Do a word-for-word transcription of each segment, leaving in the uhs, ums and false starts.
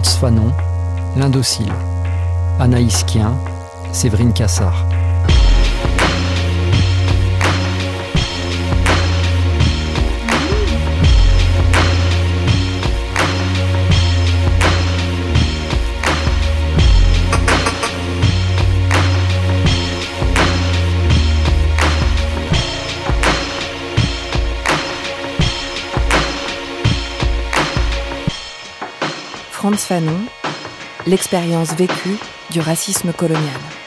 Frantz Fanon, L'Indocile. Anaïs Kien, Séverine Cassard. Frantz Fanon, l'expérience vécue du racisme colonial.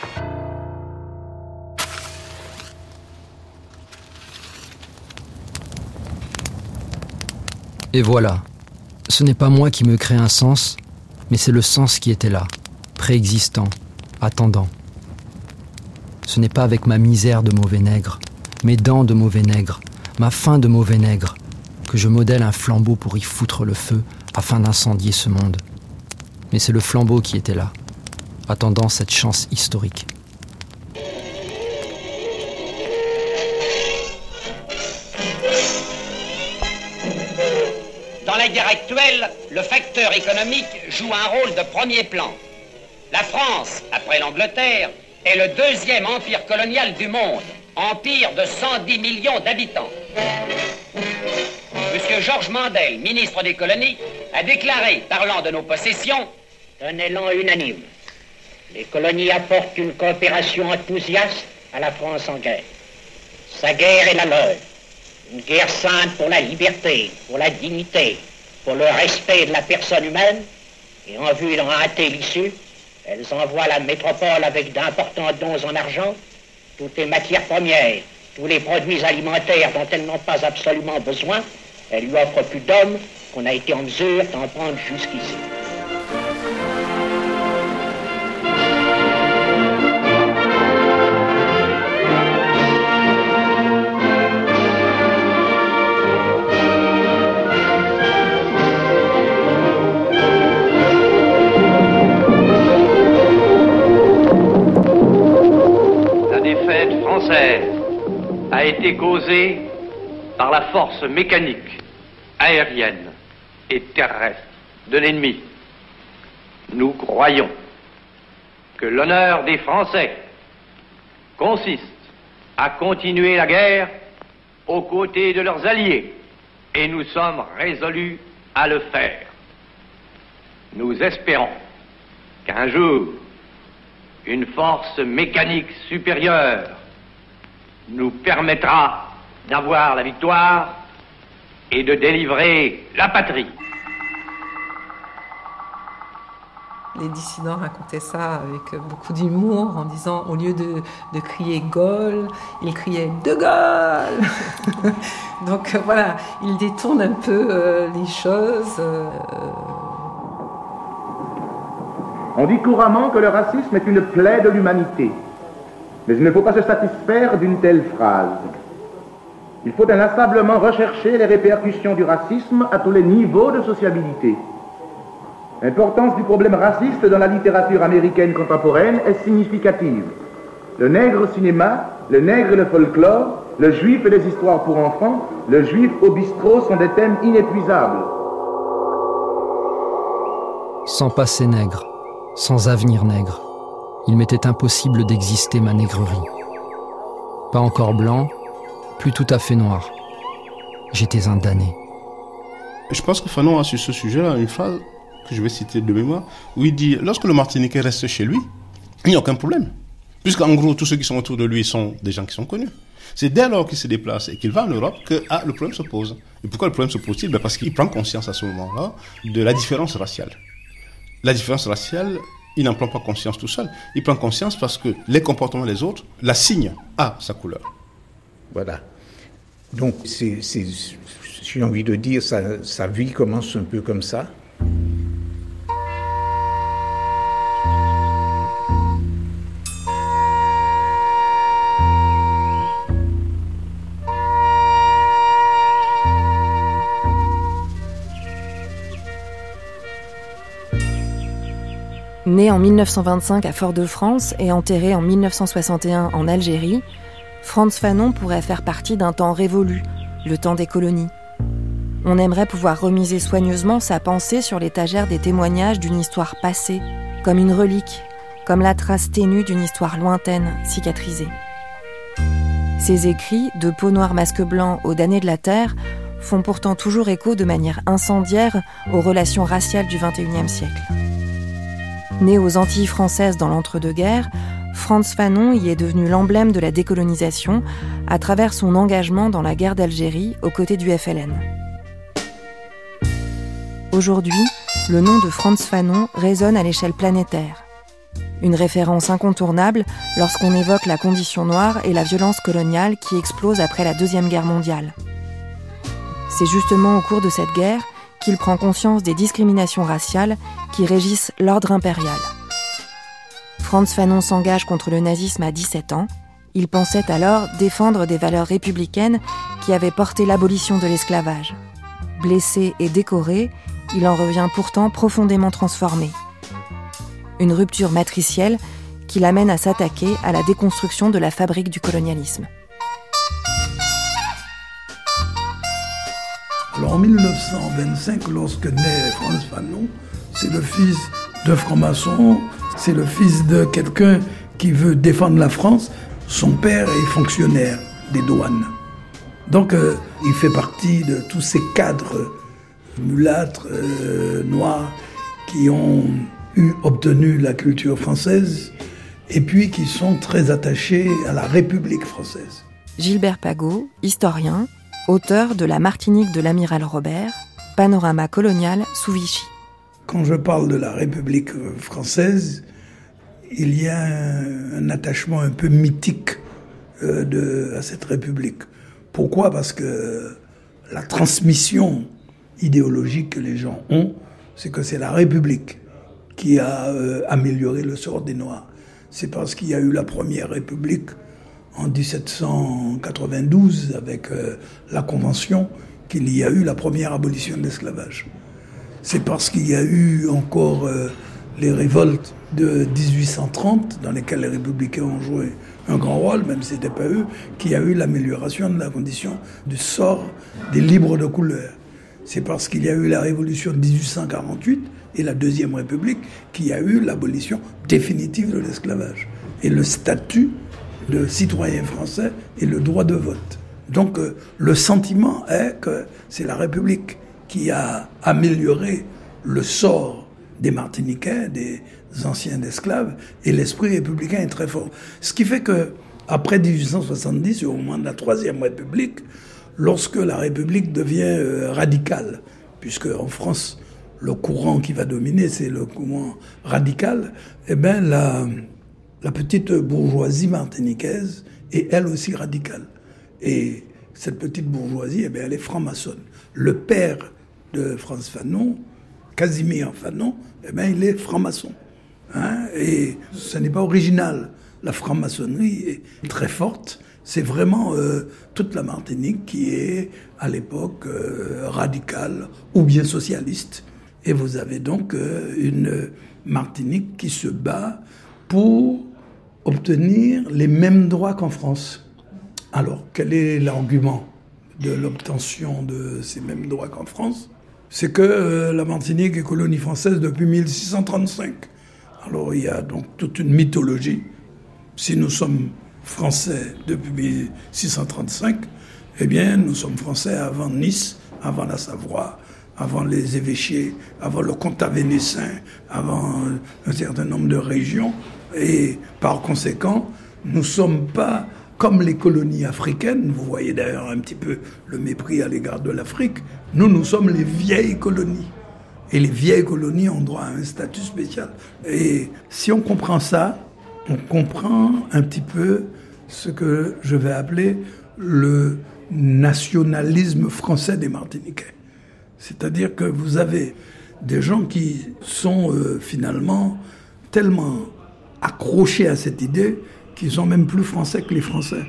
Et voilà, ce n'est pas moi qui me crée un sens, mais c'est le sens qui était là, préexistant, attendant. Ce n'est pas avec ma misère de mauvais nègre, mes dents de mauvais nègre, ma faim de mauvais nègre, que je modèle un flambeau pour y foutre le feu afin d'incendier ce monde. Mais c'est le flambeau qui était là, attendant cette chance historique. Dans la guerre actuelle, le facteur économique joue un rôle de premier plan. La France, après l'Angleterre, est le deuxième empire colonial du monde, empire de cent dix millions d'habitants. Monsieur Georges Mandel, ministre des colonies, a déclaré, parlant de nos possessions, d'un élan unanime. Les colonies apportent une coopération enthousiaste à la France en guerre. Sa guerre est la leur. Une guerre sainte pour la liberté, pour la dignité, pour le respect de la personne humaine. Et en vue d'en hâter l'issue, elles envoient la métropole avec d'importants dons en argent, toutes les matières premières, tous les produits alimentaires dont elles n'ont pas absolument besoin. Elles lui offrent plus d'hommes qu'on a été en mesure d'en prendre jusqu'ici. A été causée par la force mécanique, aérienne et terrestre de l'ennemi. Nous croyons que l'honneur des Français consiste à continuer la guerre aux côtés de leurs alliés et nous sommes résolus à le faire. Nous espérons qu'un jour, une force mécanique supérieure nous permettra d'avoir la victoire et de délivrer la patrie. Les dissidents racontaient ça avec beaucoup d'humour en disant, au lieu de, de crier « Gaulle », ils criaient « De Gaulle ». Donc euh, voilà, ils détournent un peu euh, les choses. Euh... On dit couramment que le racisme est une plaie de l'humanité. Mais il ne faut pas se satisfaire d'une telle phrase. Il faut inlassablement rechercher les répercussions du racisme à tous les niveaux de sociabilité. L'importance du problème raciste dans la littérature américaine contemporaine est significative. Le nègre au cinéma, le nègre et le folklore, le juif et les histoires pour enfants, le juif au bistrot sont des thèmes inépuisables. Sans passé nègre, sans avenir nègre, il m'était impossible d'exister ma négrerie. Pas encore blanc, plus tout à fait noir. J'étais un damné. Je pense que Fanon a sur ce sujet-là une phrase que je vais citer de mémoire, où il dit « Lorsque le Martiniquais reste chez lui, il n'y a aucun problème. Puisqu'en gros, tous ceux qui sont autour de lui sont des gens qui sont connus. C'est dès lors qu'il se déplace et qu'il va en Europe que ah, le problème se pose. Et pourquoi le problème se pose-t-il? Ben parce qu'il prend conscience à ce moment-là de la différence raciale. La différence raciale, il n'en prend pas conscience tout seul. Il prend conscience parce que les comportements des autres l'assignent à sa couleur. Voilà. Donc, c'est, c'est, j'ai envie de dire, sa, sa vie commence un peu comme ça. Né en mille neuf cent vingt-cinq à Fort-de-France et enterré en mille neuf cent soixante et un en Algérie, Frantz Fanon pourrait faire partie d'un temps révolu, le temps des colonies. On aimerait pouvoir remiser soigneusement sa pensée sur l'étagère des témoignages d'une histoire passée, comme une relique, comme la trace ténue d'une histoire lointaine, cicatrisée. Ces écrits, de peau noire masque blanc aux damnés de la terre, font pourtant toujours écho de manière incendiaire aux relations raciales du vingt et unième siècle. Né aux Antilles françaises dans l'entre-deux-guerres, Frantz Fanon y est devenu l'emblème de la décolonisation à travers son engagement dans la guerre d'Algérie aux côtés du F L N. Aujourd'hui, le nom de Frantz Fanon résonne à l'échelle planétaire. Une référence incontournable lorsqu'on évoque la condition noire et la violence coloniale qui explose après la Deuxième Guerre mondiale. C'est justement au cours de cette guerre qu'il prend conscience des discriminations raciales qui régissent l'ordre impérial. Frantz Fanon s'engage contre le nazisme à dix-sept ans. Il pensait alors défendre des valeurs républicaines qui avaient porté l'abolition de l'esclavage. Blessé et décoré, il en revient pourtant profondément transformé. Une rupture matricielle qui l'amène à s'attaquer à la déconstruction de la fabrique du colonialisme. Alors en dix-neuf cent vingt-cinq, lorsque naît Frantz Fanon, c'est le fils de franc-maçon, c'est le fils de quelqu'un qui veut défendre la France. Son père est fonctionnaire des douanes. Donc euh, il fait partie de tous ces cadres mulâtres, euh, noirs, qui ont eu, obtenu la culture française et puis qui sont très attachés à la République française. Gilbert Pagot, historien, auteur de La Martinique de l'amiral Robert, panorama colonial sous Vichy. Quand je parle de la République française, il y a un, un attachement un peu mythique euh, de, à cette République. Pourquoi ? Parce que la transmission idéologique que les gens ont, c'est que c'est la République qui a euh, amélioré le sort des Noirs. C'est parce qu'il y a eu la première République en dix-sept cent quatre-vingt-douze, avec euh, la Convention, qu'il y a eu la première abolition de l'esclavage. C'est parce qu'il y a eu encore euh, les révoltes de dix-huit cent trente, dans lesquelles les républicains ont joué un grand rôle, même si ce n'était pas eux, qu'il y a eu l'amélioration de la condition du sort des libres de couleur. C'est parce qu'il y a eu la révolution de dix-huit cent quarante-huit et la Deuxième République qu'il y a eu l'abolition définitive de l'esclavage et le statut de citoyen français et le droit de vote. Donc euh, le sentiment est que c'est la République qui a amélioré le sort des Martiniquais, des anciens esclaves, et l'esprit républicain est très fort. Ce qui fait que après dix-huit cent soixante-dix, au moment de la Troisième République, lorsque la République devient euh, radicale, puisque en France, le courant qui va dominer, c'est le courant radical, eh bien, la, la petite bourgeoisie martiniquaise est elle aussi radicale. Et cette petite bourgeoisie, eh bien, elle est franc-maçonne. Le père de Frantz Fanon, Casimir Fanon, eh bien, il est franc-maçon. Hein, et ce n'est pas original. La franc-maçonnerie est très forte. C'est vraiment euh, toute la Martinique qui est, à l'époque, euh, radicale ou bien socialiste. Et vous avez donc euh, une Martinique qui se bat pour obtenir les mêmes droits qu'en France. Alors, quel est l'argument de l'obtention de ces mêmes droits qu'en France ? C'est que euh, la Martinique est colonie française depuis mille six cent trente-cinq. Alors, il y a donc toute une mythologie. Si nous sommes français depuis mille six cent trente-cinq, eh bien, nous sommes français avant Nice, avant la Savoie, avant les évêchés, avant le comtat vénécin, avant un certain nombre de régions. Et par conséquent, nous ne sommes pas comme les colonies africaines. Vous voyez d'ailleurs un petit peu le mépris à l'égard de l'Afrique. Nous, nous sommes les vieilles colonies. Et les vieilles colonies ont droit à un statut spécial. Et si on comprend ça, on comprend un petit peu ce que je vais appeler le nationalisme français des Martiniquais. C'est-à-dire que vous avez des gens qui sont euh, finalement tellement accrochés à cette idée qu'ils sont même plus français que les Français.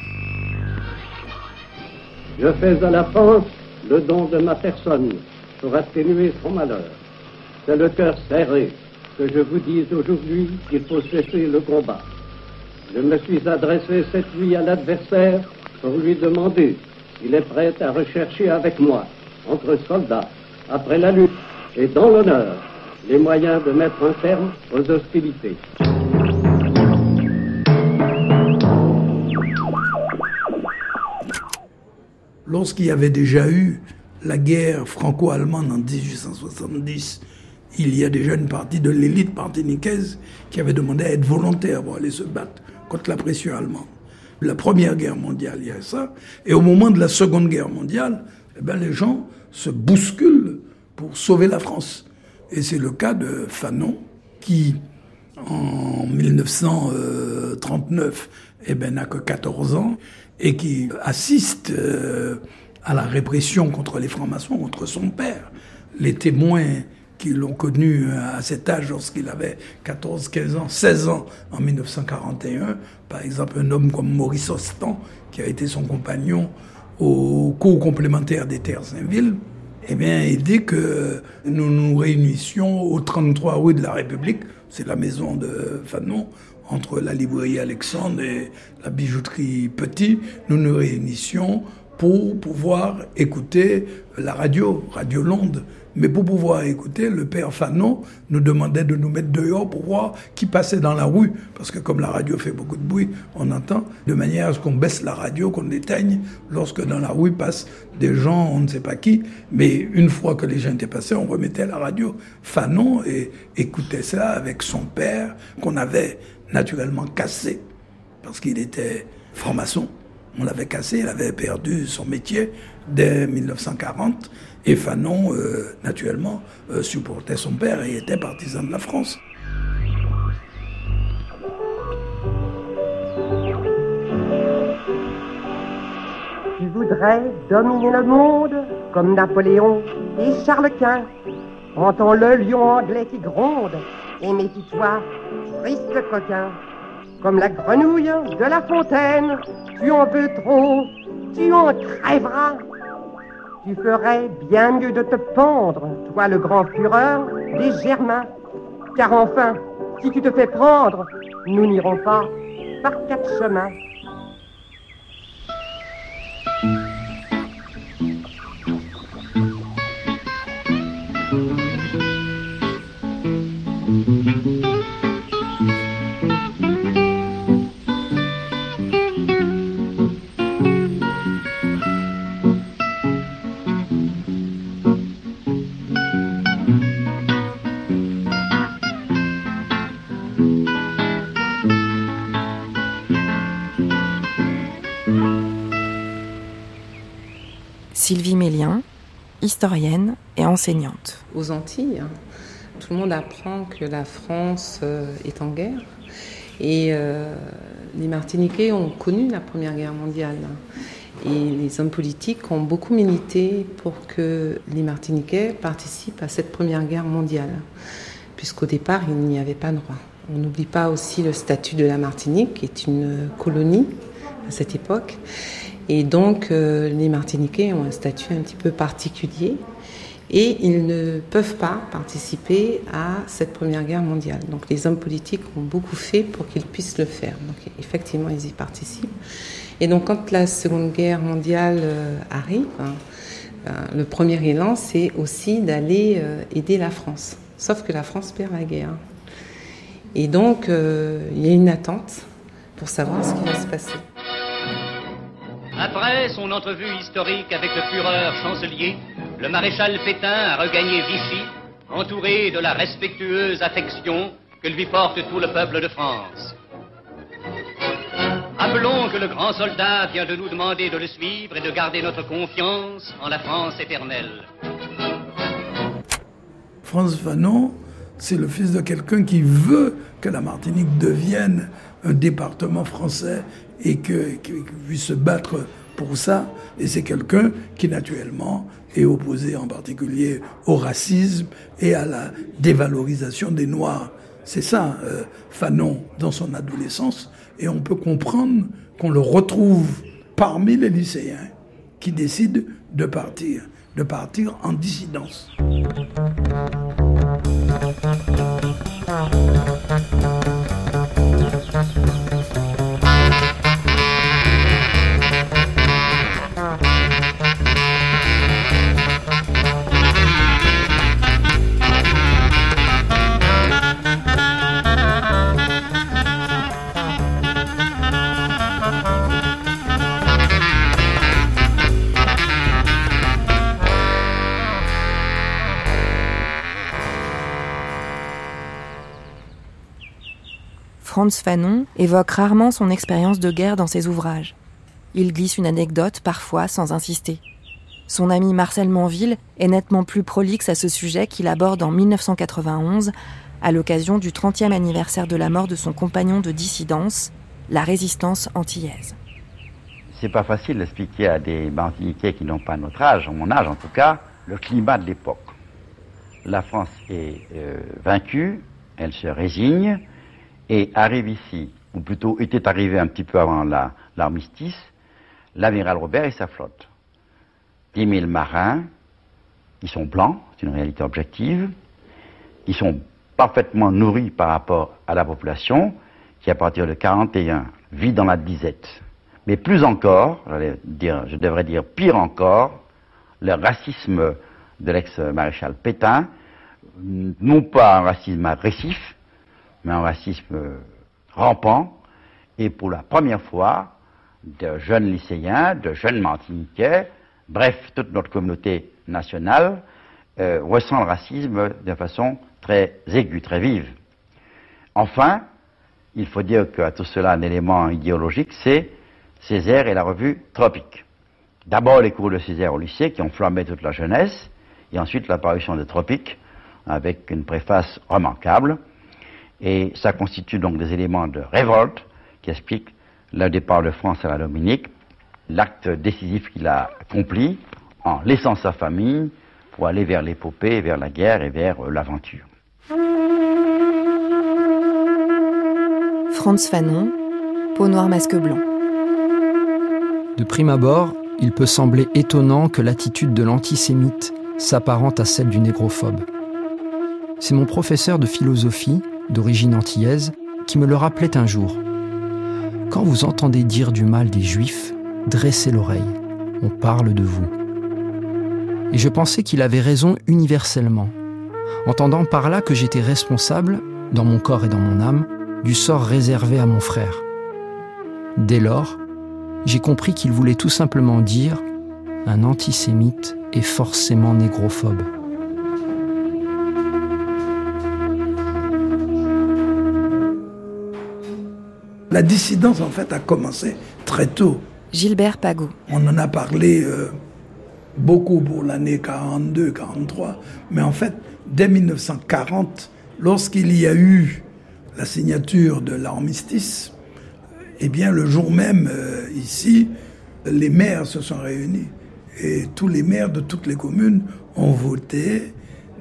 Je fais à la France le don de ma personne pour atténuer son malheur. C'est le cœur serré que je vous dise aujourd'hui qu'il faut cesser le combat. Je me suis adressé cette nuit à l'adversaire pour lui demander s'il est prêt à rechercher avec moi entre soldats, après la lutte et dans l'honneur, les moyens de mettre un terme aux hostilités. Lorsqu'il y avait déjà eu la guerre franco-allemande en dix-huit cent soixante-dix, il y a déjà une partie de l'élite martiniquaise qui avait demandé à être volontaire pour aller se battre contre la pression allemande. La Première Guerre mondiale, il y a ça. Et au moment de la Seconde Guerre mondiale, eh ben, les gens se bousculent pour sauver la France. Et c'est le cas de Fanon, qui, en mille neuf cent trente-neuf, eh ben, n'a que quatorze ans, et qui assiste euh, à la répression contre les francs-maçons, contre son père. Les témoins qui l'ont connu à cet âge, lorsqu'il avait quatorze, quinze ans, seize ans, en mille neuf cent quarante et un, par exemple un homme comme Maurice Ostan, qui a été son compagnon au cours complémentaire des Terres Saint-Ville, eh bien, il dit que nous nous réunissions au trente-trois rue de la République, c'est la maison de Fanon, entre la librairie Alexandre et la bijouterie Petit, nous nous réunissions pour pouvoir écouter la radio, Radio Londe. Mais pour pouvoir écouter, le père Fanon nous demandait de nous mettre dehors pour voir qui passait dans la rue. Parce que comme la radio fait beaucoup de bruit, on entend, de manière à ce qu'on baisse la radio, qu'on l'éteigne lorsque dans la rue passent des gens, on ne sait pas qui. Mais une fois que les gens étaient passés, on remettait la radio. Fanon et, écoutait ça avec son père, qu'on avait naturellement cassé, parce qu'il était franc-maçon. On l'avait cassé, il avait perdu son métier dès mille neuf cent quarante. Et Fanon, euh, naturellement, euh, supportait son père et était partisan de la France. Tu voudrais dominer le monde comme Napoléon et Charles Quint. Entends le lion anglais qui gronde et méfie-toi, triste coquin. Comme la grenouille de la fontaine, tu en veux trop, tu en crèveras. Tu ferais bien mieux de te pendre, toi le grand fureur des Germains. Car enfin, si tu te fais prendre, nous n'irons pas par quatre chemins. Sylvie Mélien, historienne et enseignante. Aux Antilles, tout le monde apprend que la France est en guerre. Et euh, les Martiniquais ont connu la Première Guerre mondiale. Et les hommes politiques ont beaucoup milité pour que les Martiniquais participent à cette Première Guerre mondiale, puisqu'au départ, il n'y avait pas droit. On n'oublie pas aussi le statut de la Martinique, qui est une colonie à cette époque. Et donc, euh, les Martiniquais ont un statut un petit peu particulier et ils ne peuvent pas participer à cette Première Guerre mondiale. Donc, les hommes politiques ont beaucoup fait pour qu'ils puissent le faire. Donc, effectivement, ils y participent. Et donc, quand la Seconde Guerre mondiale euh, arrive, hein, ben, le premier élan, c'est aussi d'aller euh, aider la France. Sauf que la France perd la guerre. Et donc, euh, il y a une attente pour savoir ce qui va se passer. Après son entrevue historique avec le Führer chancelier, le maréchal Pétain a regagné Vichy, entouré de la respectueuse affection que lui porte tout le peuple de France. Rappelons que le grand soldat vient de nous demander de le suivre et de garder notre confiance en la France éternelle. Frantz Fanon, c'est le fils de quelqu'un qui veut que la Martinique devienne un département français et que, qu'il puisse se battre pour ça. Et c'est quelqu'un qui, naturellement, est opposé en particulier au racisme et à la dévalorisation des Noirs. C'est ça, euh, Fanon, dans son adolescence. Et on peut comprendre qu'on le retrouve parmi les lycéens qui décident de partir, de partir en dissidence. Frantz Fanon évoque rarement son expérience de guerre dans ses ouvrages. Il glisse une anecdote, parfois sans insister. Son ami Marcel Manville est nettement plus prolixe à ce sujet qu'il aborde en dix-neuf cent quatre-vingt-onze, à l'occasion du trentième anniversaire de la mort de son compagnon de dissidence, la résistance antillaise. C'est pas facile d'expliquer à des Martiniquais qui n'ont pas notre âge, mon âge en tout cas, le climat de l'époque. La France est euh, vaincue, elle se résigne et arrive ici, ou plutôt était arrivé un petit peu avant la, l'armistice, l'amiral Robert et sa flotte. dix mille marins, ils sont blancs, c'est une réalité objective, ils sont parfaitement nourris par rapport à la population qui, à partir de quarante et un, vit dans la disette. Mais plus encore, j'allais dire, je devrais dire pire encore, le racisme de l'ex-maréchal Pétain, non pas un racisme agressif, mais un racisme rampant, et pour la première fois, de jeunes lycéens, de jeunes Martiniquais, bref, toute notre communauté nationale, euh, ressent le racisme de façon très aiguë, très vive. Enfin, il faut dire qu'à tout cela, un élément idéologique, c'est Césaire et la revue Tropique. D'abord les cours de Césaire au lycée qui ont flambé toute la jeunesse, et ensuite l'apparition de Tropique avec une préface remarquable. Et ça constitue donc des éléments de révolte qui expliquent le départ de France à la Dominique, l'acte décisif qu'il a accompli en laissant sa famille pour aller vers l'épopée, vers la guerre et vers euh, l'aventure. Frantz Fanon, Peau noire masque blanc. De prime abord, il peut sembler étonnant que l'attitude de l'antisémite s'apparente à celle du négrophobe. C'est mon professeur de philosophie, d'origine antillaise, qui me le rappelait un jour. Quand vous entendez dire du mal des Juifs, dressez l'oreille, on parle de vous. Et je pensais qu'il avait raison universellement, entendant par là que j'étais responsable, dans mon corps et dans mon âme, du sort réservé à mon frère. Dès lors, j'ai compris qu'il voulait tout simplement dire « un antisémite est forcément négrophobe ». La dissidence, en fait, a commencé très tôt. Gilbert Pagot. On en a parlé euh, beaucoup pour l'année quarante-deux quarante-trois, mais en fait, dès mille neuf cent quarante, lorsqu'il y a eu la signature de l'armistice, eh bien, le jour même, euh, ici, les maires se sont réunis. Et tous les maires de toutes les communes ont voté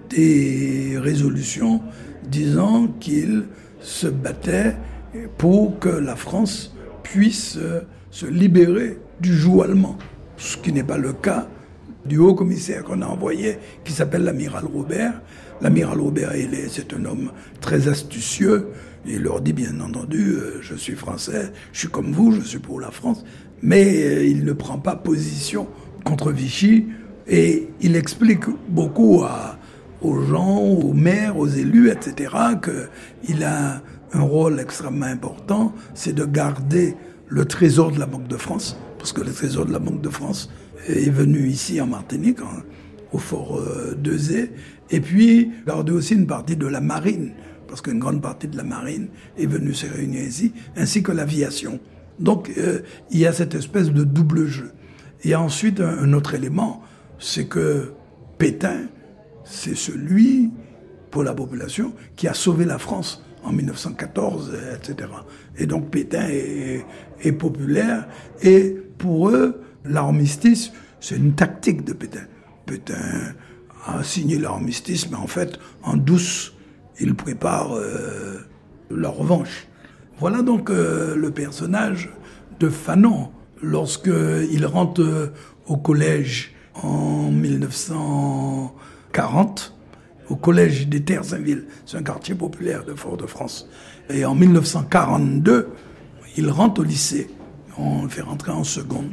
des résolutions disant qu'ils se battaient pour que la France puisse euh, se libérer du joug allemand. Ce qui n'est pas le cas du haut commissaire qu'on a envoyé, qui s'appelle l'amiral Robert. L'amiral Robert, il est, c'est un homme très astucieux. Il leur dit, bien entendu, euh, je suis français, je suis comme vous, je suis pour la France. Mais euh, il ne prend pas position contre Vichy. Et il explique beaucoup à, aux gens, aux maires, aux élus, et cetera, qu'il a un rôle extrêmement important, c'est de garder le trésor de la Banque de France, parce que le trésor de la Banque de France est venu ici en Martinique, en, au fort euh, d'Euzé, et puis garder aussi une partie de la marine, parce qu'une grande partie de la marine est venue se réunir ici, ainsi que l'aviation. Donc euh, il y a cette espèce de double jeu. Et ensuite, un, un autre élément, c'est que Pétain, c'est celui, pour la population, qui a sauvé la France en mille neuf cent quatorze, et cetera. Et donc Pétain est, est populaire, et pour eux, l'armistice, c'est une tactique de Pétain. Pétain a signé l'armistice, mais en fait, en douce, il prépare euh, la revanche. Voilà donc euh, le personnage de Fanon. Lorsqu'il rentre euh, au collège en mille neuf cent quarante, au collège des Terre-Saint-Ville, c'est un quartier populaire de Fort-de-France. Et en mille neuf cent quarante-deux, il rentre au lycée. On le fait rentrer en seconde.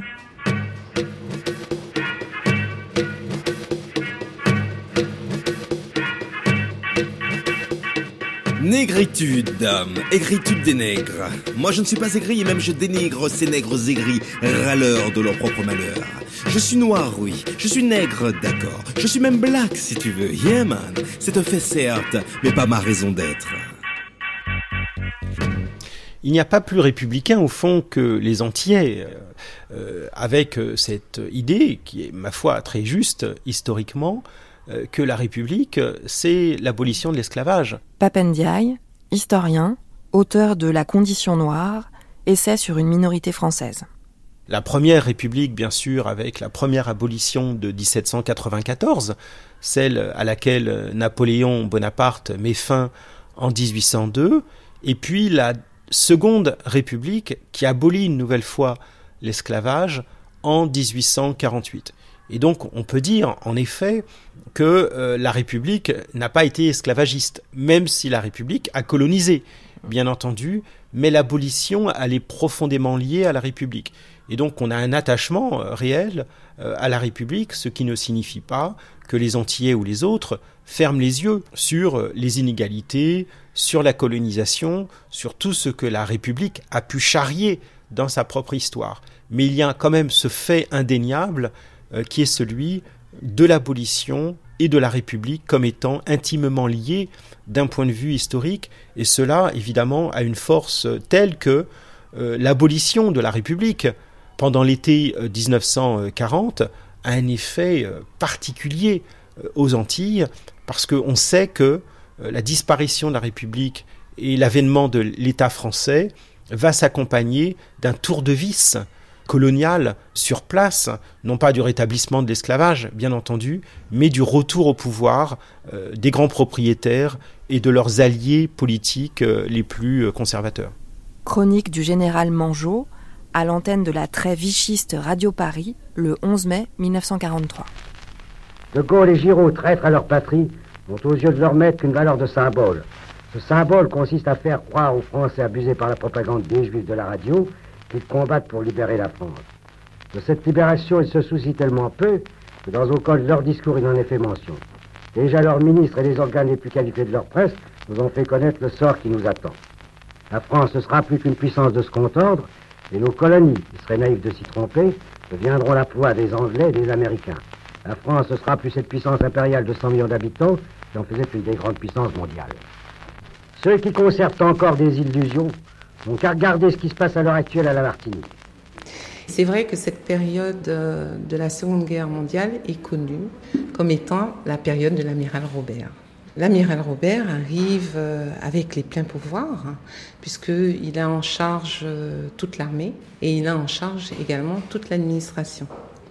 Négritude, aigritude des nègres. Moi je ne suis pas aigri et même je dénigre ces nègres aigris, râleurs de leur propre malheur. Je suis noir, oui, je suis nègre, d'accord. Je suis même black si tu veux, yeah man. C'est un fait certes, mais pas ma raison d'être. il n'y a pas plus républicain au fond que les Antillais, euh, avec cette idée qui est, ma foi, très juste historiquement, euh, que la République, c'est l'abolition de l'esclavage. Pape Ndiaye, historien, auteur de La condition noire, essai sur une minorité française. La première République, bien sûr, avec la première abolition de dix-sept cent quatre-vingt-quatorze, celle à laquelle Napoléon Bonaparte met fin en dix-huit cent deux, et puis la Seconde République qui abolit une nouvelle fois l'esclavage en dix-huit cent quarante-huit. Et donc on peut dire en effet que euh, la République n'a pas été esclavagiste, même si la République a colonisé, bien entendu, mais l'abolition elle est profondément liée à la République. Et donc on a un attachement euh, réel euh, à la République, ce qui ne signifie pas que les Antillais ou les autres ferment les yeux sur euh, les inégalités, sur la colonisation, sur tout ce que la République a pu charrier dans sa propre histoire. Mais il y a quand même ce fait indéniable euh, qui est celui de l'abolition et de la République comme étant intimement liés d'un point de vue historique, et cela évidemment a une force telle que euh, l'abolition de la République pendant l'été euh, dix-neuf cent quarante a un effet euh, particulier euh, aux Antilles, parce qu'on sait que euh, la disparition de la République et l'avènement de l'État français va s'accompagner d'un tour de vis colonial sur place, non pas du rétablissement de l'esclavage, bien entendu, mais du retour au pouvoir euh, des grands propriétaires et de leurs alliés politiques euh, les plus euh, conservateurs. Chronique du général Mangeot, à l'antenne de la très vichiste Radio Paris, le onze mai mille neuf cent quarante-trois. De Gaulle et Giraud, traîtres à leur patrie, n'ont aux yeux de leur maître qu'une valeur de symbole. Ce symbole consiste à faire croire aux Français abusés par la propagande des Juifs de la radio qu'ils combattent pour libérer la France. De cette libération, ils se soucient tellement peu que dans aucun de leurs discours, il en est fait mention. Déjà leurs ministres et les organes les plus qualifiés de leur presse nous ont fait connaître le sort qui nous attend. La France ne sera plus qu'une puissance de second ordre, et nos colonies, qui seraient naïves de s'y tromper, deviendront la proie des Anglais et des Américains. La France ne sera plus cette puissance impériale de cent millions d'habitants qui en faisait une des grandes puissances mondiales. Ceux qui conservent encore des illusions n'ont qu'à regarder ce qui se passe à l'heure actuelle à la Martinique. C'est vrai que cette période de la Seconde Guerre mondiale est connue comme étant la période de l'amiral Robert. L'amiral Robert arrive avec les pleins pouvoirs, puisqu'il a en charge toute l'armée et il a en charge également toute l'administration.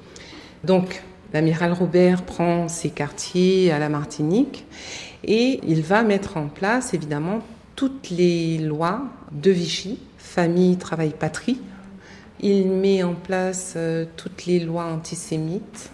Donc, l'amiral Robert prend ses quartiers à la Martinique et il va mettre en place, évidemment, toutes les lois de Vichy, famille, travail, patrie. Il met en place euh, toutes les lois antisémites.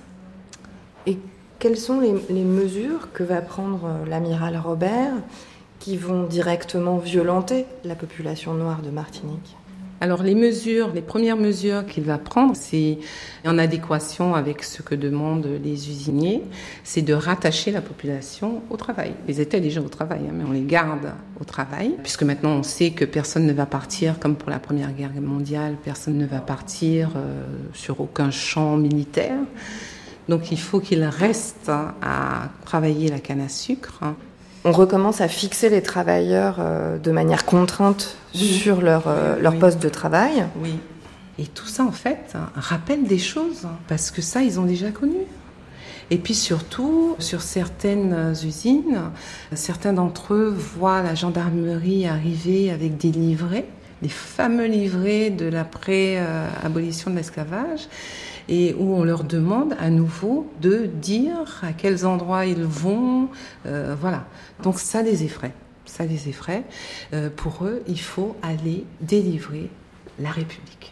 Et quelles sont les, les mesures que va prendre l'amiral Robert qui vont directement violenter la population noire de Martinique ? Alors les mesures, les premières mesures qu'il va prendre, c'est en adéquation avec ce que demandent les usiniers, c'est de rattacher la population au travail. Ils étaient déjà au travail, hein, mais on les garde au travail, puisque maintenant on sait que personne ne va partir, comme pour la Première Guerre mondiale, personne ne va partir euh, sur aucun champ militaire. Donc il faut qu'ils restent à travailler la canne à sucre. On recommence à fixer les travailleurs euh, de manière contrainte oui. sur leur, euh, leur oui. poste de travail. Oui. Et tout ça, en fait, rappelle des choses, parce que ça, ils ont déjà connu. Et puis surtout, sur certaines usines, certains d'entre eux voient la gendarmerie arriver avec des livrets, les fameux livrets de l'après-abolition de l'esclavage, et où on leur demande à nouveau de dire à quels endroits ils vont, euh, voilà. Donc ça les effraie, ça les effraie. Euh, pour eux, il faut aller délivrer la République.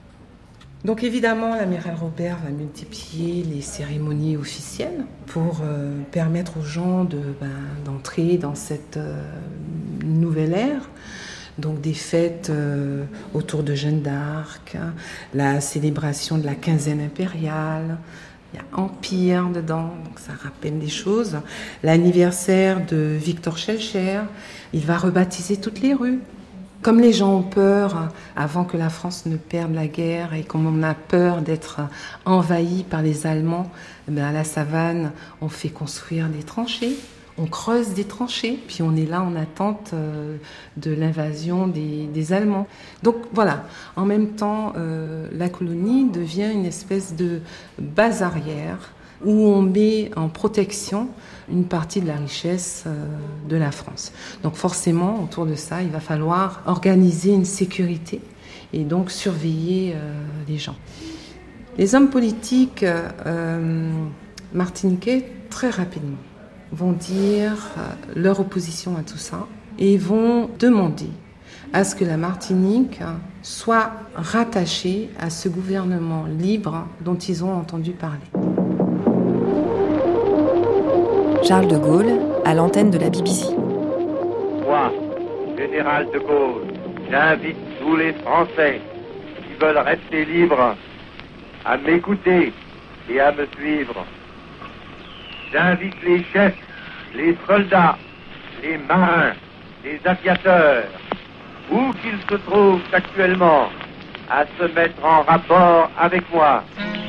Donc évidemment, l'amiral Robert va multiplier les cérémonies officielles pour euh, permettre aux gens de, ben, d'entrer dans cette euh, nouvelle ère. Donc des fêtes euh, autour de Jeanne d'Arc, hein, la célébration de la quinzaine impériale, il y a Empire dedans, donc ça rappelle des choses. L'anniversaire de Victor Schœlcher, il va rebaptiser toutes les rues. Comme les gens ont peur, hein, avant que la France ne perde la guerre, et comme on a peur d'être envahi par les Allemands, ben à la savane, on fait construire des tranchées. On creuse des tranchées, puis on est là en attente euh, de l'invasion des, des Allemands. Donc voilà, en même temps, euh, la colonie devient une espèce de base arrière où on met en protection une partie de la richesse euh, de la France. Donc forcément, autour de ça, il va falloir organiser une sécurité et donc surveiller euh, les gens. Les hommes politiques euh, martiniquais, très rapidement, vont dire euh, leur opposition à tout ça et vont demander à ce que la Martinique soit rattachée à ce gouvernement libre dont ils ont entendu parler. Charles de Gaulle, à l'antenne de la B B C. Moi, général de Gaulle, j'invite tous les Français qui veulent rester libres à m'écouter et à me suivre. J'invite les chefs, les soldats, les marins, les aviateurs, où qu'ils se trouvent actuellement, à se mettre en rapport avec moi.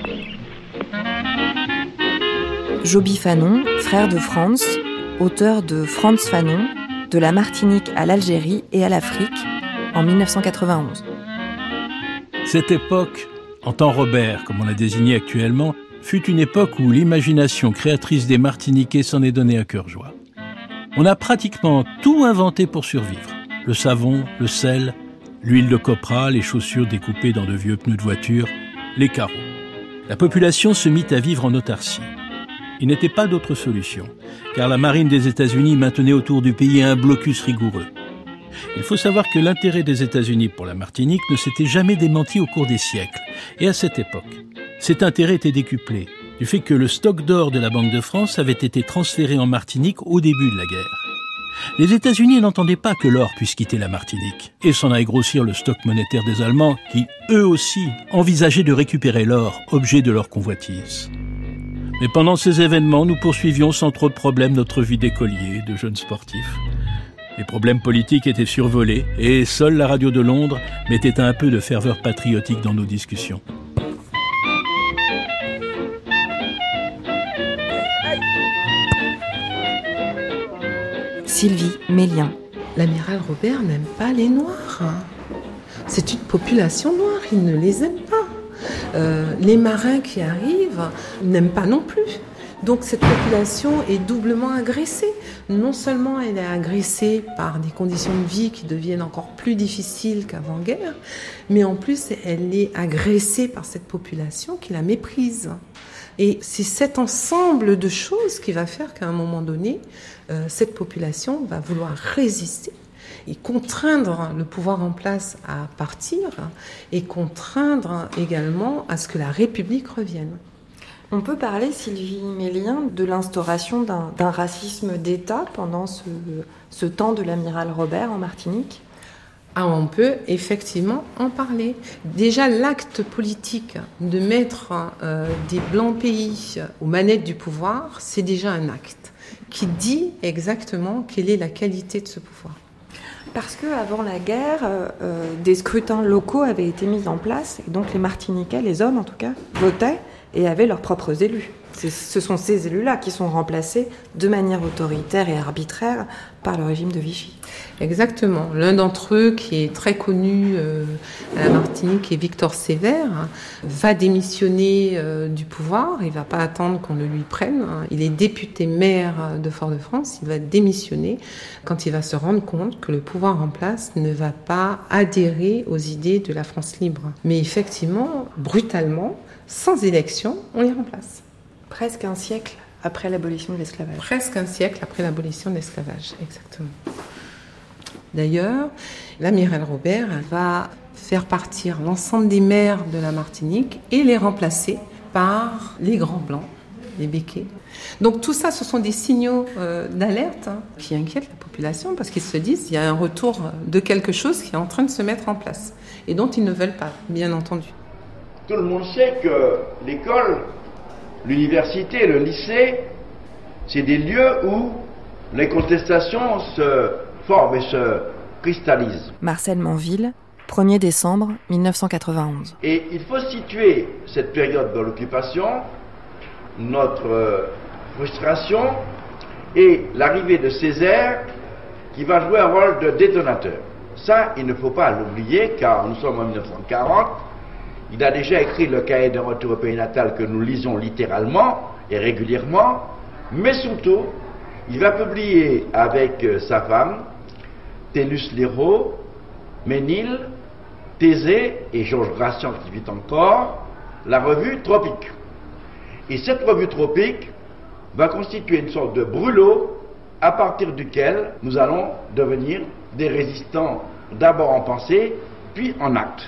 Joby Fanon, frère de Franz, auteur de Frantz Fanon, de la Martinique à l'Algérie et à l'Afrique, en dix-neuf cent quatre-vingt-onze. Cette époque, en temps Robert, comme on l'a désigné actuellement, fut une époque où l'imagination créatrice des Martiniquais s'en est donnée à cœur joie. On a pratiquement tout inventé pour survivre. Le savon, le sel, l'huile de copra, les chaussures découpées dans de vieux pneus de voiture, les carreaux. La population se mit à vivre en autarcie. Il n'était pas d'autre solution, car la marine des États-Unis maintenait autour du pays un blocus rigoureux. Il faut savoir que l'intérêt des États-Unis pour la Martinique ne s'était jamais démenti au cours des siècles. Et à cette époque, cet intérêt était décuplé, du fait que le stock d'or de la Banque de France avait été transféré en Martinique au début de la guerre. Les États-Unis n'entendaient pas que l'or puisse quitter la Martinique et s'en aille grossir le stock monétaire des Allemands qui, eux aussi, envisageaient de récupérer l'or, objet de leur convoitise. Mais pendant ces événements, nous poursuivions sans trop de problèmes notre vie d'écolier, de jeunes sportifs. Les problèmes politiques étaient survolés et seule la radio de Londres mettait un peu de ferveur patriotique dans nos discussions. Sylvie Mélien. L'amiral Robert n'aime pas les Noirs. C'est une population noire, il ne les aime pas. Euh, les marins qui arrivent n'aiment pas non plus. Donc cette population est doublement agressée. Non seulement elle est agressée par des conditions de vie qui deviennent encore plus difficiles qu'avant-guerre, mais en plus elle est agressée par cette population qui la méprise. Et c'est cet ensemble de choses qui va faire qu'à un moment donné, euh, cette population va vouloir résister et contraindre le pouvoir en place à partir et contraindre également à ce que la République revienne. On peut parler, Sylvie Mélien, de l'instauration d'un, d'un racisme d'État pendant ce, ce temps de l'amiral Robert en Martinique ? Ah, on peut effectivement en parler. Déjà, l'acte politique de mettre euh, des blancs pays aux manettes du pouvoir, c'est déjà un acte qui dit exactement quelle est la qualité de ce pouvoir. Parce qu'avant la guerre, euh, des scrutins locaux avaient été mis en place, et donc les Martiniquais, les hommes en tout cas, votaient et avaient leurs propres élus. C'est, ce sont ces élus-là qui sont remplacés de manière autoritaire et arbitraire par le régime de Vichy. Exactement. L'un d'entre eux, qui est très connu euh, à la Martinique, qui est Victor Sévère, va démissionner euh, du pouvoir. Il ne va pas attendre qu'on le lui prenne. Il est député maire de Fort-de-France. Il va démissionner quand il va se rendre compte que le pouvoir en place ne va pas adhérer aux idées de la France libre. Mais effectivement, brutalement, sans élection, on les remplace. Presque un siècle après l'abolition de l'esclavage. Presque un siècle après l'abolition de l'esclavage, exactement. D'ailleurs, l'amiral Robert va faire partir l'ensemble des maires de la Martinique et les remplacer par les grands blancs, les béquets. Donc tout ça, ce sont des signaux euh, d'alerte hein, qui inquiètent la population parce qu'ils se disent qu'il y a un retour de quelque chose qui est en train de se mettre en place et dont ils ne veulent pas, bien entendu. Tout le monde sait que l'école, l'université, le lycée, c'est des lieux où les contestations se forment et se cristallisent. Marcel Manville, premier décembre dix-neuf cent quatre-vingt-onze. Et il faut situer cette période de l'occupation, notre frustration et l'arrivée de Césaire qui va jouer un rôle de détonateur. Ça, il ne faut pas l'oublier, car nous sommes en mille neuf cent quarante. Il a déjà écrit le cahier d'un retour au pays natal que nous lisons littéralement et régulièrement, mais surtout, il va publier avec euh, sa femme, Tellus Léraud, Ménil, Thésée et Georges Gracian qui vit encore, la revue Tropique. Et cette revue Tropique va constituer une sorte de brûlot à partir duquel nous allons devenir des résistants d'abord en pensée, puis en acte.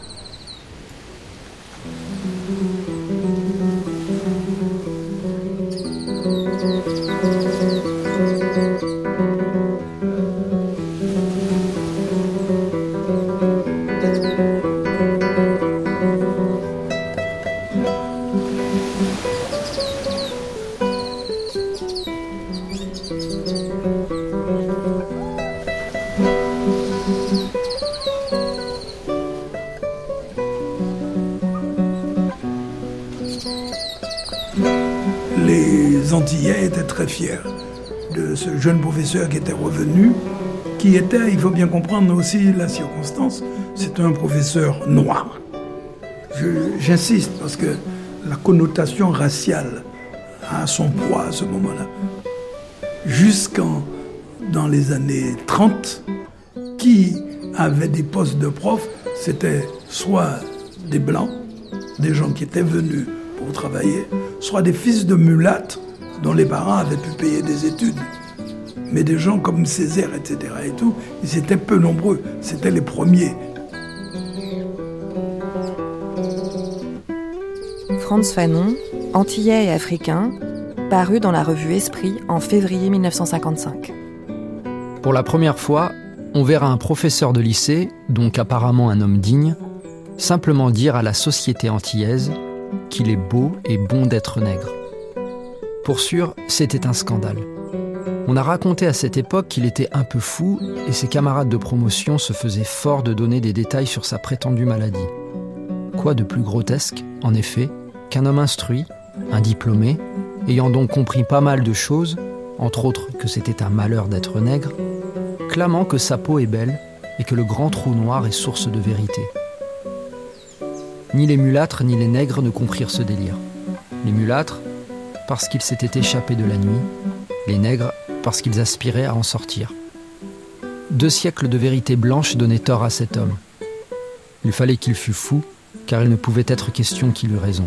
Les Antillais étaient très fiers de ce jeune professeur qui était revenu, qui était, il faut bien comprendre aussi la circonstance, c'est un professeur noir. Je, j'insiste parce que la connotation raciale a son poids à ce moment-là. Jusqu'en dans les années trente, qui avait des postes de prof, c'était soit des blancs, des gens qui étaient venus pour travailler, soit des fils de mulattes dont les parents avaient pu payer des études. Mais des gens comme Césaire, et cetera et tout, ils étaient peu nombreux, c'était les premiers. Frantz Fanon, Antillais et Africain, paru dans la revue Esprit en février mille neuf cent cinquante-cinq. Pour la première fois, on verra un professeur de lycée, donc apparemment un homme digne, simplement dire à la société antillaise qu'il est beau et bon d'être nègre. Pour sûr, c'était un scandale. On a raconté à cette époque qu'il était un peu fou et ses camarades de promotion se faisaient fort de donner des détails sur sa prétendue maladie. Quoi de plus grotesque, en effet, qu'un homme instruit, un diplômé, ayant donc compris pas mal de choses, entre autres que c'était un malheur d'être nègre, clamant que sa peau est belle et que le grand trou noir est source de vérité. Ni les mulâtres ni les nègres ne comprirent ce délire. Les mulâtres, parce qu'ils s'étaient échappés de la nuit, les nègres, parce qu'ils aspiraient à en sortir. Deux siècles de vérité blanche donnaient tort à cet homme. Il fallait qu'il fût fou, car il ne pouvait être question qu'il eût raison.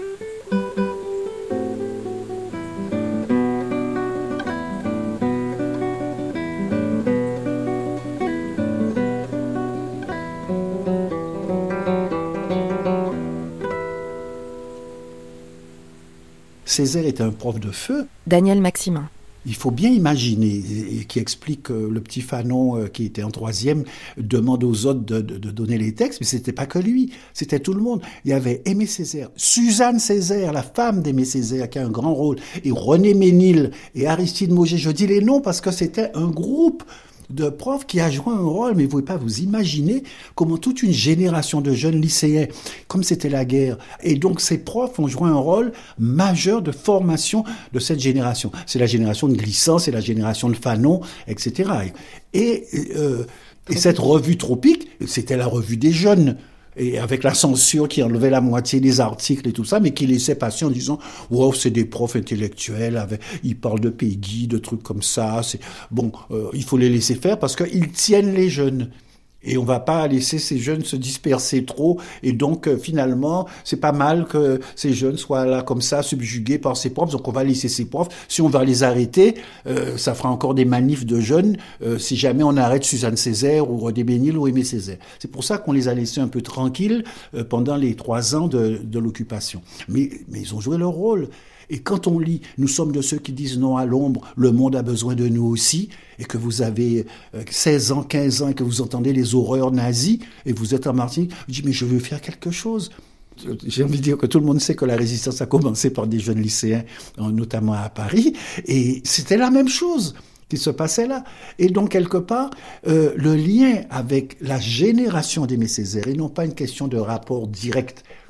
Césaire était un prof de feu. Daniel Maximin. Il faut bien imaginer, et qui explique que le petit Fanon qui était en troisième demande aux autres de, de, de donner les textes, mais c'était pas que lui, c'était tout le monde. Il y avait Aimé Césaire, Suzanne Césaire, la femme d'Aimé Césaire, qui a un grand rôle, et René Ménil et Aristide Mauger. Je dis les noms parce que c'était un groupe de profs qui a joué un rôle, mais vous ne pouvez pas vous imaginer comment toute une génération de jeunes lycéens, comme c'était la guerre, et donc ces profs ont joué un rôle majeur de formation de cette génération. C'est la génération de Glissant, c'est la génération de Fanon, et cetera. Et, euh, et cette revue Tropique, c'était la revue des jeunes. Et avec la censure qui enlevait la moitié des articles et tout ça, mais qui laissait passer en disant « Wow, c'est des profs intellectuels, avec, ils parlent de Peggy, de trucs comme ça. C'est, bon, euh, il faut les laisser faire parce qu'ils tiennent les jeunes. » Et on va pas laisser ces jeunes se disperser trop. Et donc, euh, finalement, c'est pas mal que ces jeunes soient là comme ça, subjugués par ces profs. Donc, on va laisser ces profs. Si on va les arrêter, euh, ça fera encore des manifs de jeunes euh, si jamais on arrête Suzanne Césaire ou René Ménil ou Aimé Césaire. C'est pour ça qu'on les a laissés un peu tranquilles euh, pendant les trois ans de, de l'occupation. Mais, mais ils ont joué leur rôle. Et quand on lit « Nous sommes de ceux qui disent non à l'ombre, le monde a besoin de nous aussi », et que vous avez seize ans, quinze ans, et que vous entendez les horreurs nazies, et vous êtes en Martinique, je dis « Mais je veux faire quelque chose ». J'ai envie de dire que tout le monde sait que la résistance a commencé par des jeunes lycéens, notamment à Paris, et c'était la même chose qui se passait là. Et donc, quelque part, euh, le lien avec la génération d'Aimé Césaire, et non pas une question de rapport direct,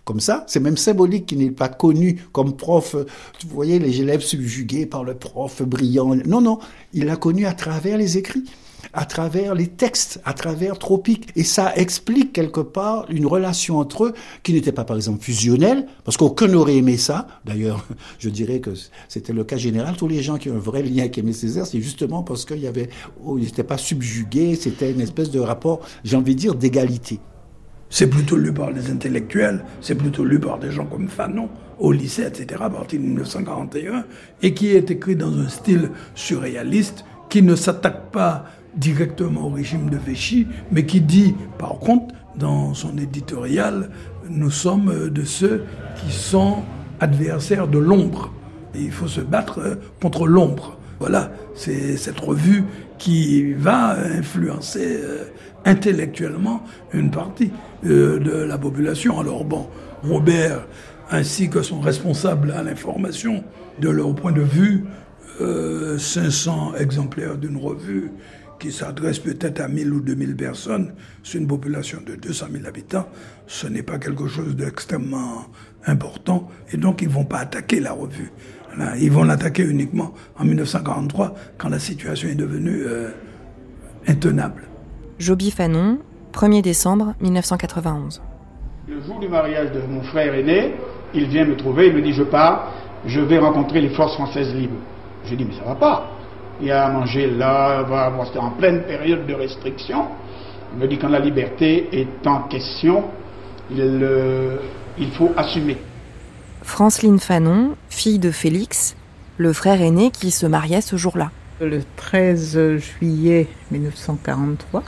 comme ça. C'est même symbolique qu'il n'est pas connu comme prof. Vous voyez, les élèves subjugués par le prof brillant. Non, non, il l'a connu à travers les écrits, à travers les textes, à travers Tropique. Et ça explique quelque part une relation entre eux qui n'était pas, par exemple, fusionnelle, parce qu'aucun n'aurait aimé ça. D'ailleurs, je dirais que c'était le cas général. Tous les gens qui ont un vrai lien avec Aimé Césaire, c'est justement parce qu'il y avait, oh, ils n'étaient pas subjugués, c'était une espèce de rapport, j'ai envie de dire, d'égalité. C'est plutôt lu par les intellectuels, c'est plutôt lu par des gens comme Fanon, au lycée, et cetera, à partir de dix-neuf cent quarante et un, et qui est écrit dans un style surréaliste, qui ne s'attaque pas directement au régime de Vichy, mais qui dit, par contre, dans son éditorial, nous sommes de ceux qui sont adversaires de l'ombre. Et il faut se battre contre l'ombre. Voilà, c'est cette revue qui va influencer euh, intellectuellement une partie euh, de la population. Alors bon, Robert, ainsi que son responsable à l'information, de leur point de vue, euh, cinq cents exemplaires d'une revue qui s'adresse peut-être à mille ou deux mille personnes sur une population de deux cent mille habitants, ce n'est pas quelque chose d'extrêmement important. Et donc, ils ne vont pas attaquer la revue. Là, ils vont l'attaquer uniquement en dix-neuf cent quarante-trois, quand la situation est devenue euh, intenable. Joby Fanon, premier décembre dix-neuf cent quatre-vingt-onze. Le jour du mariage de mon frère aîné, il vient me trouver, il me dit « Je pars, je vais rencontrer les forces françaises libres ». Je dis « Mais ça va pas. Il y a à manger là, va avoir en pleine période de restriction. » Il me dit « Quand la liberté est en question, il, euh, il faut assumer. » Franceline Fanon, fille de Félix, le frère aîné qui se mariait ce jour-là. Le treize juillet dix-neuf cent quarante-trois,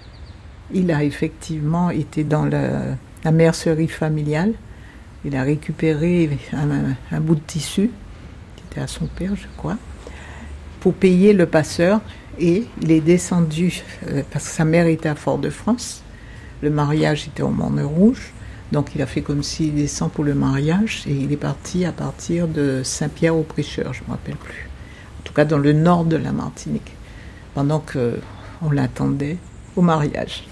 il a effectivement été dans la, la mercerie familiale. Il a récupéré un, un bout de tissu, qui était à son père, je crois, pour payer le passeur. Et il est descendu, euh, parce que sa mère était à Fort-de-France. Le mariage était au Morne-Rouge. Donc il a fait comme s'il descend pour le mariage et il est parti à partir de Saint-Pierre-au-Prêcheur, je ne me rappelle plus. En tout cas dans le nord de la Martinique, pendant qu'on l'attendait au mariage.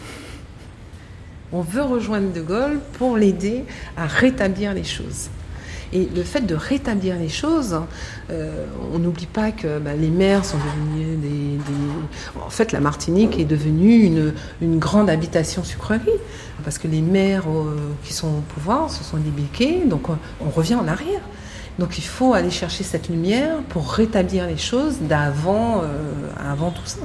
On veut rejoindre De Gaulle pour l'aider à rétablir les choses. Et le fait de rétablir les choses, euh, on n'oublie pas que bah, les maires sont devenus des, des... En fait, la Martinique est devenue une, une grande habitation sucrerie. Parce que les maires euh, qui sont au pouvoir se sont débiqués, donc on, on revient en arrière. Donc il faut aller chercher cette lumière pour rétablir les choses d'avant euh, avant tout ça.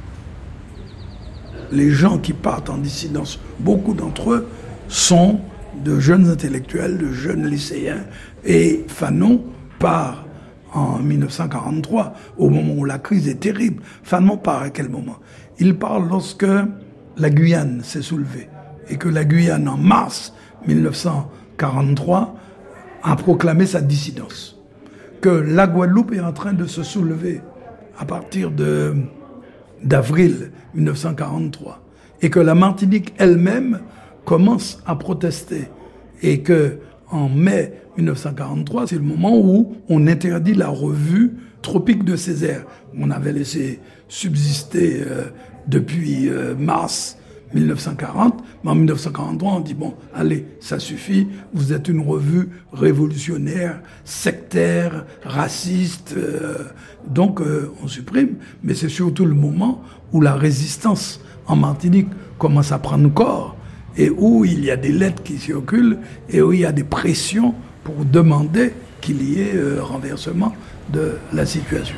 Les gens qui partent en dissidence, beaucoup d'entre eux sont de jeunes intellectuels, de jeunes lycéens. Et Fanon part en dix-neuf cent quarante-trois, au moment où la crise est terrible. Fanon part à quel moment? Il part lorsque la Guyane s'est soulevée et que la Guyane, en mars dix-neuf cent quarante-trois, a proclamé sa dissidence. Que la Guadeloupe est en train de se soulever à partir de, d'avril dix-neuf cent quarante-trois. Et que la Martinique elle-même commence à protester. Et que en mai dix-neuf cent quarante-trois, c'est le moment où on interdit la revue Tropique de Césaire. On avait laissé subsister euh, depuis euh, mars dix-neuf cent quarante, mais en dix-neuf cent quarante-trois, on dit, bon, allez, ça suffit, vous êtes une revue révolutionnaire, sectaire, raciste, euh, donc euh, on supprime. Mais c'est surtout le moment où la résistance en Martinique commence à prendre corps, et où il y a des lettres qui circulent, et où il y a des pressions pour demander qu'il y ait euh, renversement de la situation.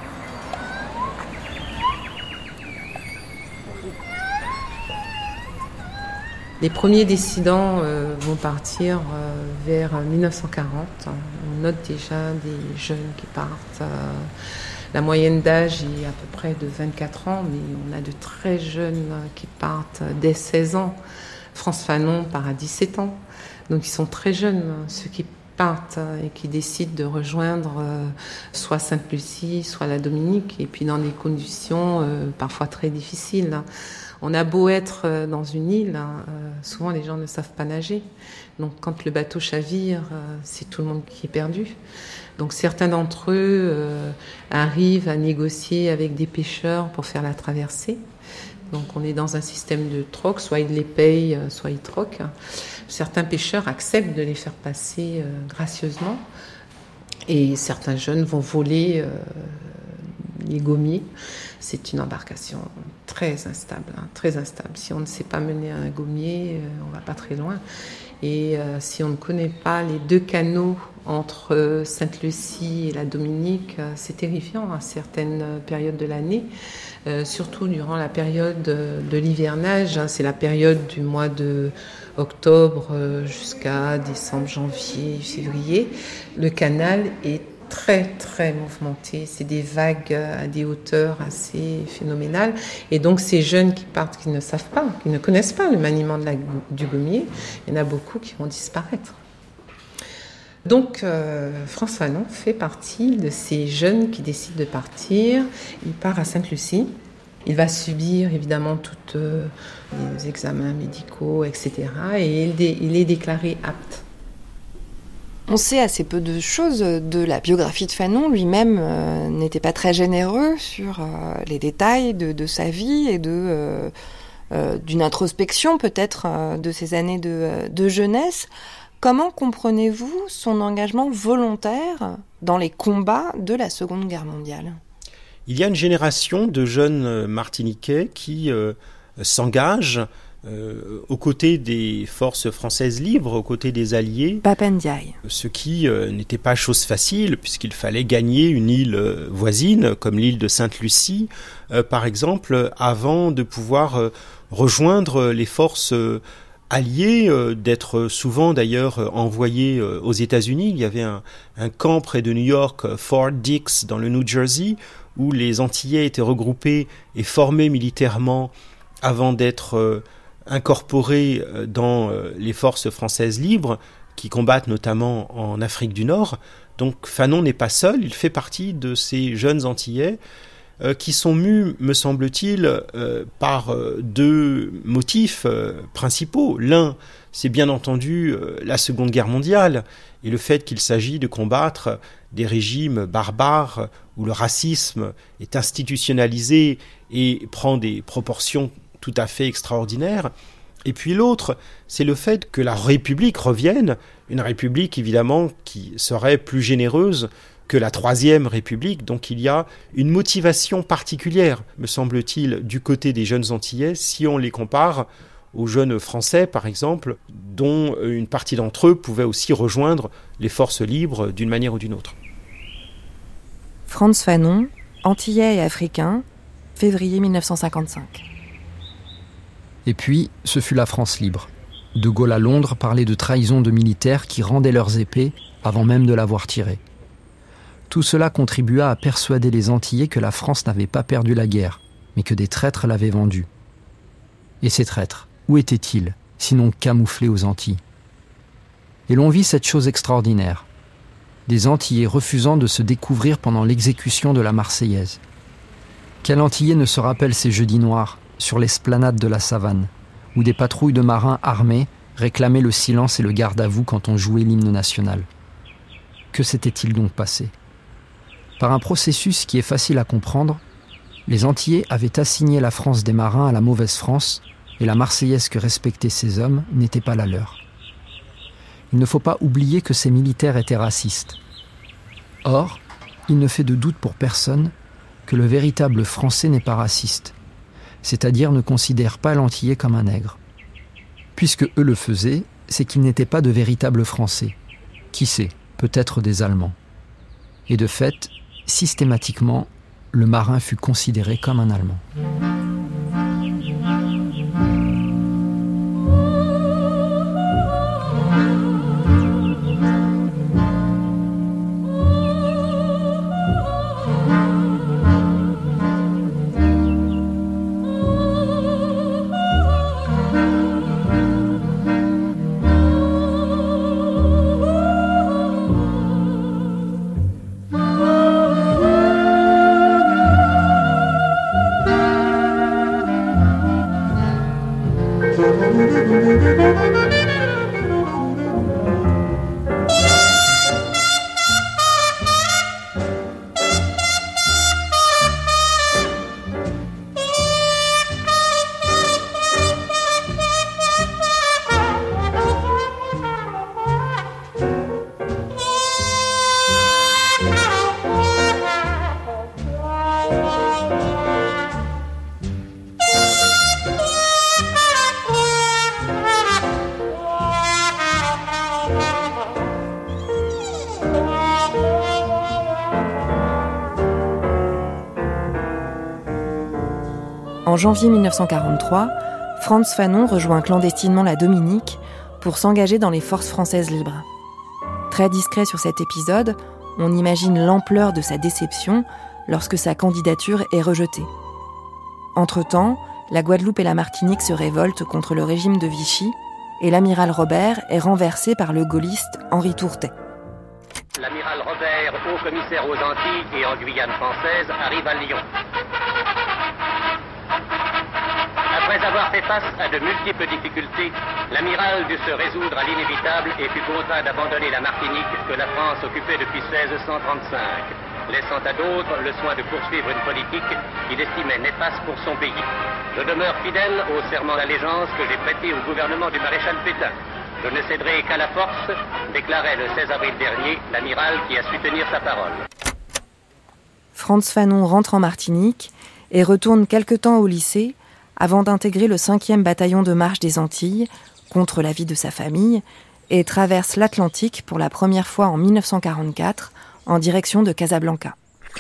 Les premiers dissidents euh, vont partir euh, vers dix-neuf cent quarante. On note déjà des jeunes qui partent. Euh, la moyenne d'âge est à peu près de vingt-quatre ans, mais on a de très jeunes qui partent dès seize ans. France Fanon part à dix-sept ans. Donc ils sont très jeunes, ceux qui partent et qui décident de rejoindre euh, soit Sainte-Lucie, soit la Dominique, et puis dans des conditions euh, parfois très difficiles. On a beau être dans une île, euh, souvent les gens ne savent pas nager. Donc quand le bateau chavire, euh, c'est tout le monde qui est perdu. Donc certains d'entre eux euh, arrivent à négocier avec des pêcheurs pour faire la traversée. Donc on est dans un système de troc, soit ils les payent, soit ils troquent. Certains pêcheurs acceptent de les faire passer euh, gracieusement et certains jeunes vont voler euh, les gommiers. C'est une embarcation très instable, hein, très instable. Si on ne sait pas mener un gommier, euh, on ne va pas très loin. Et euh, si on ne connaît pas les deux canaux entre euh, Sainte-Lucie et la Dominique, euh, c'est terrifiant à certaines périodes de l'année, euh, surtout durant la période de, de l'hivernage. Hein, c'est la période du mois de octobre euh, jusqu'à décembre, janvier, février. Le canal est très très mouvementé, c'est des vagues à des hauteurs assez phénoménales et donc ces jeunes qui partent, qui ne savent pas, qui ne connaissent pas le maniement de la, du gommier, il y en a beaucoup qui vont disparaître. Donc euh, Frantz Fanon fait partie de ces jeunes qui décident de partir. Il part à Sainte-Lucie, il va subir évidemment tous euh, les examens médicaux, et cetera et il, dé, il est déclaré apte. On sait assez peu de choses de la biographie de Fanon. Lui-même euh, n'était pas très généreux sur euh, les détails de, de sa vie et de, euh, euh, d'une introspection peut-être euh, de ses années de, de jeunesse. Comment comprenez-vous son engagement volontaire dans les combats de la Seconde Guerre mondiale ? Il y a une génération de jeunes Martiniquais qui euh, s'engagent Euh, aux côtés des forces françaises libres, aux côtés des Alliés. Papa Ndiaye. Ce qui euh, n'était pas chose facile, puisqu'il fallait gagner une île euh, voisine, comme l'île de Sainte-Lucie, euh, par exemple, avant de pouvoir euh, rejoindre les forces euh, alliées, euh, d'être souvent d'ailleurs euh, envoyés euh, aux États-Unis. Il y avait un, un camp près de New York, euh, Fort Dix, dans le New Jersey, où les Antillais étaient regroupés et formés militairement avant d'être euh, incorporés dans les forces françaises libres qui combattent notamment en Afrique du Nord. Donc Fanon n'est pas seul, il fait partie de ces jeunes Antillais euh, qui sont mus, me semble-t-il, euh, par euh, deux motifs euh, principaux. L'un, c'est bien entendu euh, la Seconde Guerre mondiale et le fait qu'il s'agit de combattre des régimes barbares où le racisme est institutionnalisé et prend des proportions tout à fait extraordinaire. Et puis l'autre, c'est le fait que la République revienne, une République évidemment qui serait plus généreuse que la Troisième République. Donc il y a une motivation particulière, me semble-t-il, du côté des jeunes Antillais, si on les compare aux jeunes Français, par exemple, dont une partie d'entre eux pouvaient aussi rejoindre les forces libres d'une manière ou d'une autre. Frantz Fanon, Antillais et Africain, février mille neuf cent cinquante-cinq. Et puis, ce fut la France libre. De Gaulle à Londres parlait de trahison de militaires qui rendaient leurs épées avant même de l'avoir tirée. Tout cela contribua à persuader les Antillais que la France n'avait pas perdu la guerre, mais que des traîtres l'avaient vendue. Et ces traîtres, où étaient-ils, sinon camouflés aux Antilles ? Et l'on vit cette chose extraordinaire. Des Antillais refusant de se découvrir pendant l'exécution de la Marseillaise. Quel Antillais ne se rappelle ces jeudis noirs sur l'esplanade de la Savane, où des patrouilles de marins armés réclamaient le silence et le garde-à-vous quand on jouait l'hymne national. Que s'était-il donc passé ? Par un processus qui est facile à comprendre, les Antillais avaient assigné la France des marins à la mauvaise France, et la Marseillaise que respectaient ces hommes n'était pas la leur. Il ne faut pas oublier que ces militaires étaient racistes. Or, il ne fait de doute pour personne que le véritable Français n'est pas raciste, c'est-à-dire ne considère pas l'Antillais comme un nègre. Puisque eux le faisaient, c'est qu'ils n'étaient pas de véritables Français. Qui sait, peut-être des Allemands. Et de fait, systématiquement, le marin fut considéré comme un Allemand. En janvier mille neuf cent quarante-trois, Frantz Fanon rejoint clandestinement la Dominique pour s'engager dans les forces françaises libres. Très discret sur cet épisode, on imagine l'ampleur de sa déception lorsque sa candidature est rejetée. Entre-temps, la Guadeloupe et la Martinique se révoltent contre le régime de Vichy et l'amiral Robert est renversé par le gaulliste Henri Tourtet. L'amiral Robert, haut commissaire aux Antilles et en Guyane française, arrive à Lyon. Après avoir fait face à de multiples difficultés, l'amiral dut se résoudre à l'inévitable et fut contraint d'abandonner la Martinique que la France occupait depuis seize cent trente-cinq, laissant à d'autres le soin de poursuivre une politique qu'il estimait néfaste pour son pays. Je demeure fidèle au serment d'allégeance que j'ai prêté au gouvernement du maréchal Pétain. Je ne céderai qu'à la force, déclarait le seize avril dernier l'amiral qui a su tenir sa parole. Frantz Fanon rentre en Martinique et retourne quelque temps au lycée avant d'intégrer le cinquième bataillon de marche des Antilles, contre l'avis de sa famille, et traverse l'Atlantique pour la première fois en mille neuf cent quarante-quatre, en direction de Casablanca.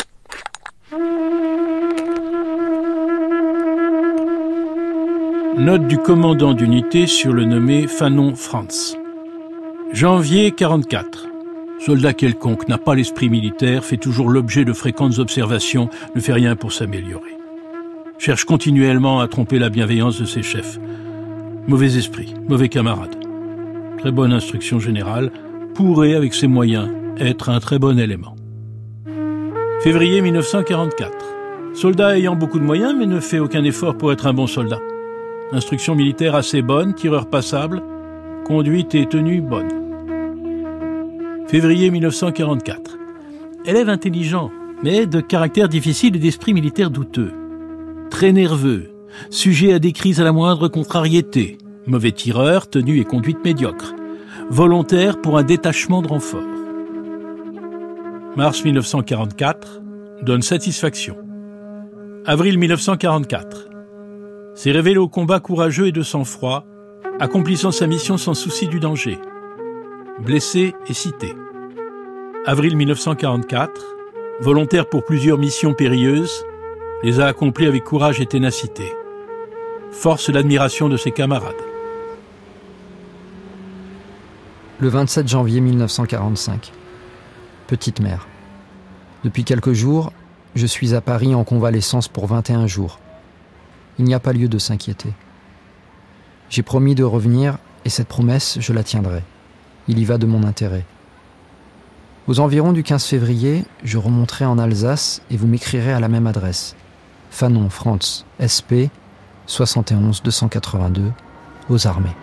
Note du commandant d'unité sur le nommé Fanon Frantz. janvier quarante-quatre. Soldat quelconque n'a pas l'esprit militaire, fait toujours l'objet de fréquentes observations, ne fait rien pour s'améliorer. Cherche continuellement à tromper la bienveillance de ses chefs. Mauvais esprit, mauvais camarade. Très bonne instruction générale, pourrait, avec ses moyens, être un très bon élément. février mille neuf cent quarante-quatre. Soldat ayant beaucoup de moyens, mais ne fait aucun effort pour être un bon soldat. Instruction militaire assez bonne, tireur passable, conduite et tenue bonne. février mille neuf cent quarante-quatre. Élève intelligent, mais de caractère difficile et d'esprit militaire douteux. Très nerveux, sujet à des crises à la moindre contrariété, mauvais tireur, tenue et conduite médiocre, volontaire pour un détachement de renfort. Mars mille neuf cent quarante-quatre, donne satisfaction. Avril mille neuf cent quarante-quatre, s'est révélé au combat courageux et de sang-froid, accomplissant sa mission sans souci du danger. Blessé et cité. Avril mille neuf cent quarante-quatre, volontaire pour plusieurs missions périlleuses, les a accomplis avec courage et ténacité. Force l'admiration de ses camarades. Le vingt-sept janvier mille neuf cent quarante-cinq. Petite mère. Depuis quelques jours, je suis à Paris en convalescence pour vingt et un jours. Il n'y a pas lieu de s'inquiéter. J'ai promis de revenir et cette promesse, je la tiendrai. Il y va de mon intérêt. Aux environs du quinze février, je remonterai en Alsace et vous m'écrirez à la même adresse. Fanon Frantz, S P, soixante et onze deux cent quatre-vingt-deux, aux armées.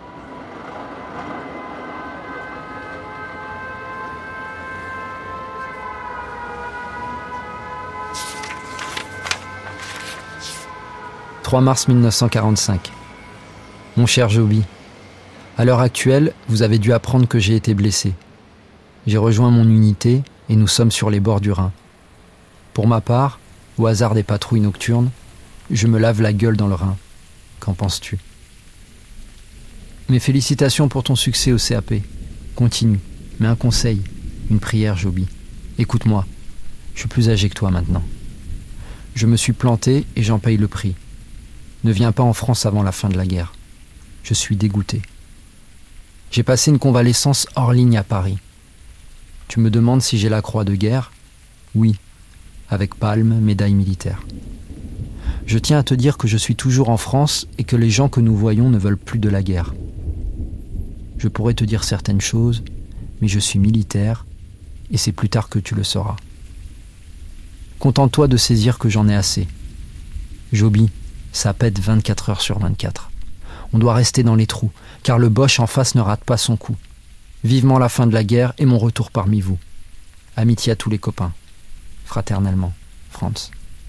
trois mars mille neuf cent quarante-cinq. Mon cher Joby, à l'heure actuelle, vous avez dû apprendre que j'ai été blessé. J'ai rejoint mon unité et nous sommes sur les bords du Rhin. Pour ma part, au hasard des patrouilles nocturnes, je me lave la gueule dans le Rhin. Qu'en penses-tu ? Mes félicitations pour ton succès au C A P. Continue, mais un conseil, une prière, Joby. Écoute-moi, je suis plus âgé que toi maintenant. Je me suis planté et j'en paye le prix. Ne viens pas en France avant la fin de la guerre. Je suis dégoûté. J'ai passé une convalescence hors ligne à Paris. Tu me demandes si j'ai la croix de guerre ? Oui, avec palme, médaille militaire. Je tiens à te dire que je suis toujours en France et que les gens que nous voyons ne veulent plus de la guerre. Je pourrais te dire certaines choses, mais je suis militaire et c'est plus tard que tu le sauras. Contente-toi de saisir que j'en ai assez. Joby, ça pète vingt-quatre heures sur vingt-quatre. On doit rester dans les trous, car le Boche en face ne rate pas son coup. Vivement la fin de la guerre et mon retour parmi vous. Amitié à tous les copains. Fraternellement, Frantz.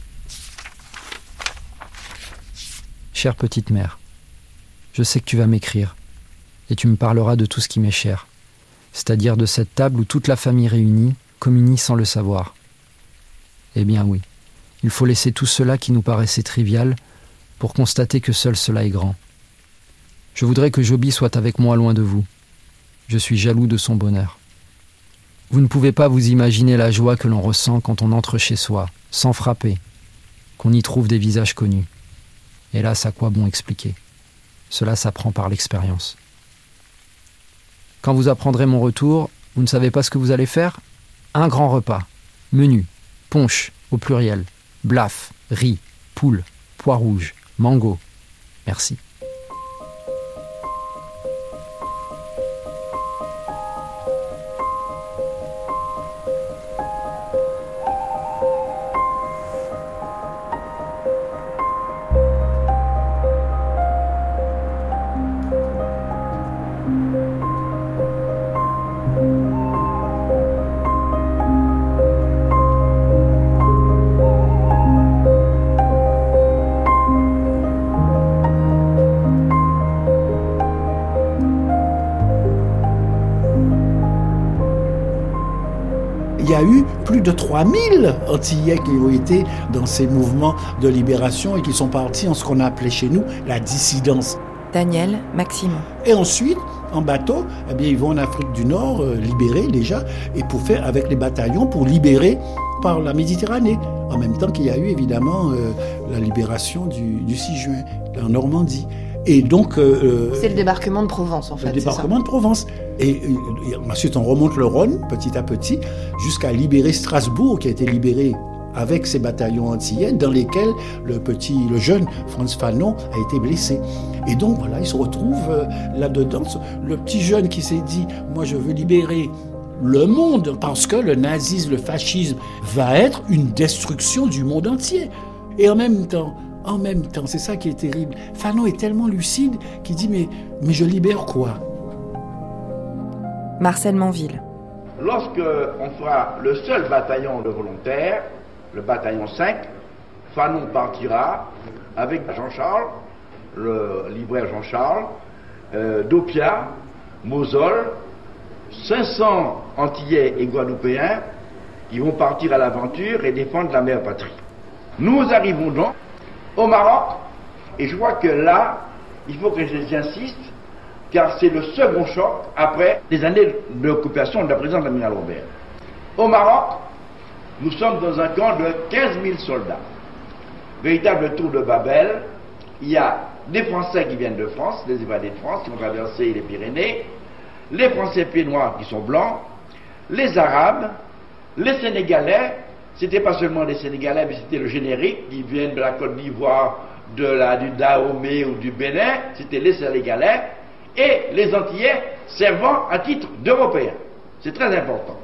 Chère petite mère, je sais que tu vas m'écrire, et tu me parleras de tout ce qui m'est cher, c'est-à-dire de cette table où toute la famille réunie communie sans le savoir. Eh bien oui, il faut laisser tout cela qui nous paraissait trivial pour constater que seul cela est grand. Je voudrais que Joby soit avec moi loin de vous. Je suis jaloux de son bonheur. Vous ne pouvez pas vous imaginer la joie que l'on ressent quand on entre chez soi, sans frapper, qu'on y trouve des visages connus. Hélas, à quoi bon expliquer? Cela s'apprend par l'expérience. Quand vous apprendrez mon retour, vous ne savez pas ce que vous allez faire? Un grand repas, menu, punch au pluriel, blaf, riz, poule, pois rouge, mango. Merci. Il y a eu plus de trois mille Antillais qui ont été dans ces mouvements de libération et qui sont partis en ce qu'on a appelé chez nous la dissidence. Daniel Maximon. Et ensuite, en bateau, eh bien, ils vont en Afrique du Nord, euh, libérer déjà, et pour faire avec les bataillons, pour libérer par la Méditerranée. En même temps qu'il y a eu évidemment euh, la libération du, du six juin en Normandie. Et donc, euh, c'est le débarquement de Provence, en fait. Le débarquement de Provence. Et, et, et ensuite, on remonte le Rhône, petit à petit, jusqu'à libérer Strasbourg, qui a été libéré avec ses bataillons antillais, dans lesquels le petit, le jeune Frantz Fanon a été blessé. Et donc, voilà, il se retrouve euh, là-dedans. Le petit jeune qui s'est dit, moi, je veux libérer le monde, parce que le nazisme, le fascisme, va être une destruction du monde entier. Et en même temps, En même temps, c'est ça qui est terrible. Fanon est tellement lucide qu'il dit mais, mais je libère quoi? Marcel Manville. Lorsque on fera le seul bataillon de volontaires, le bataillon cinq, Fanon partira avec Jean-Charles, le libraire Jean-Charles, euh, Dopia, Mosol, cinq cents Antillais et Guadeloupéens qui vont partir à l'aventure et défendre la mère patrie. Nous arrivons donc au Maroc, et je crois que là, il faut que j'insiste, car c'est le second choc après les années d'occupation de la présidence de l'amiral Robert. Au Maroc, nous sommes dans un camp de quinze mille soldats. Véritable tour de Babel, il y a des Français qui viennent de France, des évadés de France qui ont traversé les Pyrénées, les Français pieds noirs qui sont blancs, les Arabes, les Sénégalais. C'était pas seulement les Sénégalais, mais c'était le générique, qui viennent de la Côte d'Ivoire, de la, du Dahomey ou du Bénin, c'était les Sénégalais, et les Antillais servant à titre d'Européens. C'est très important.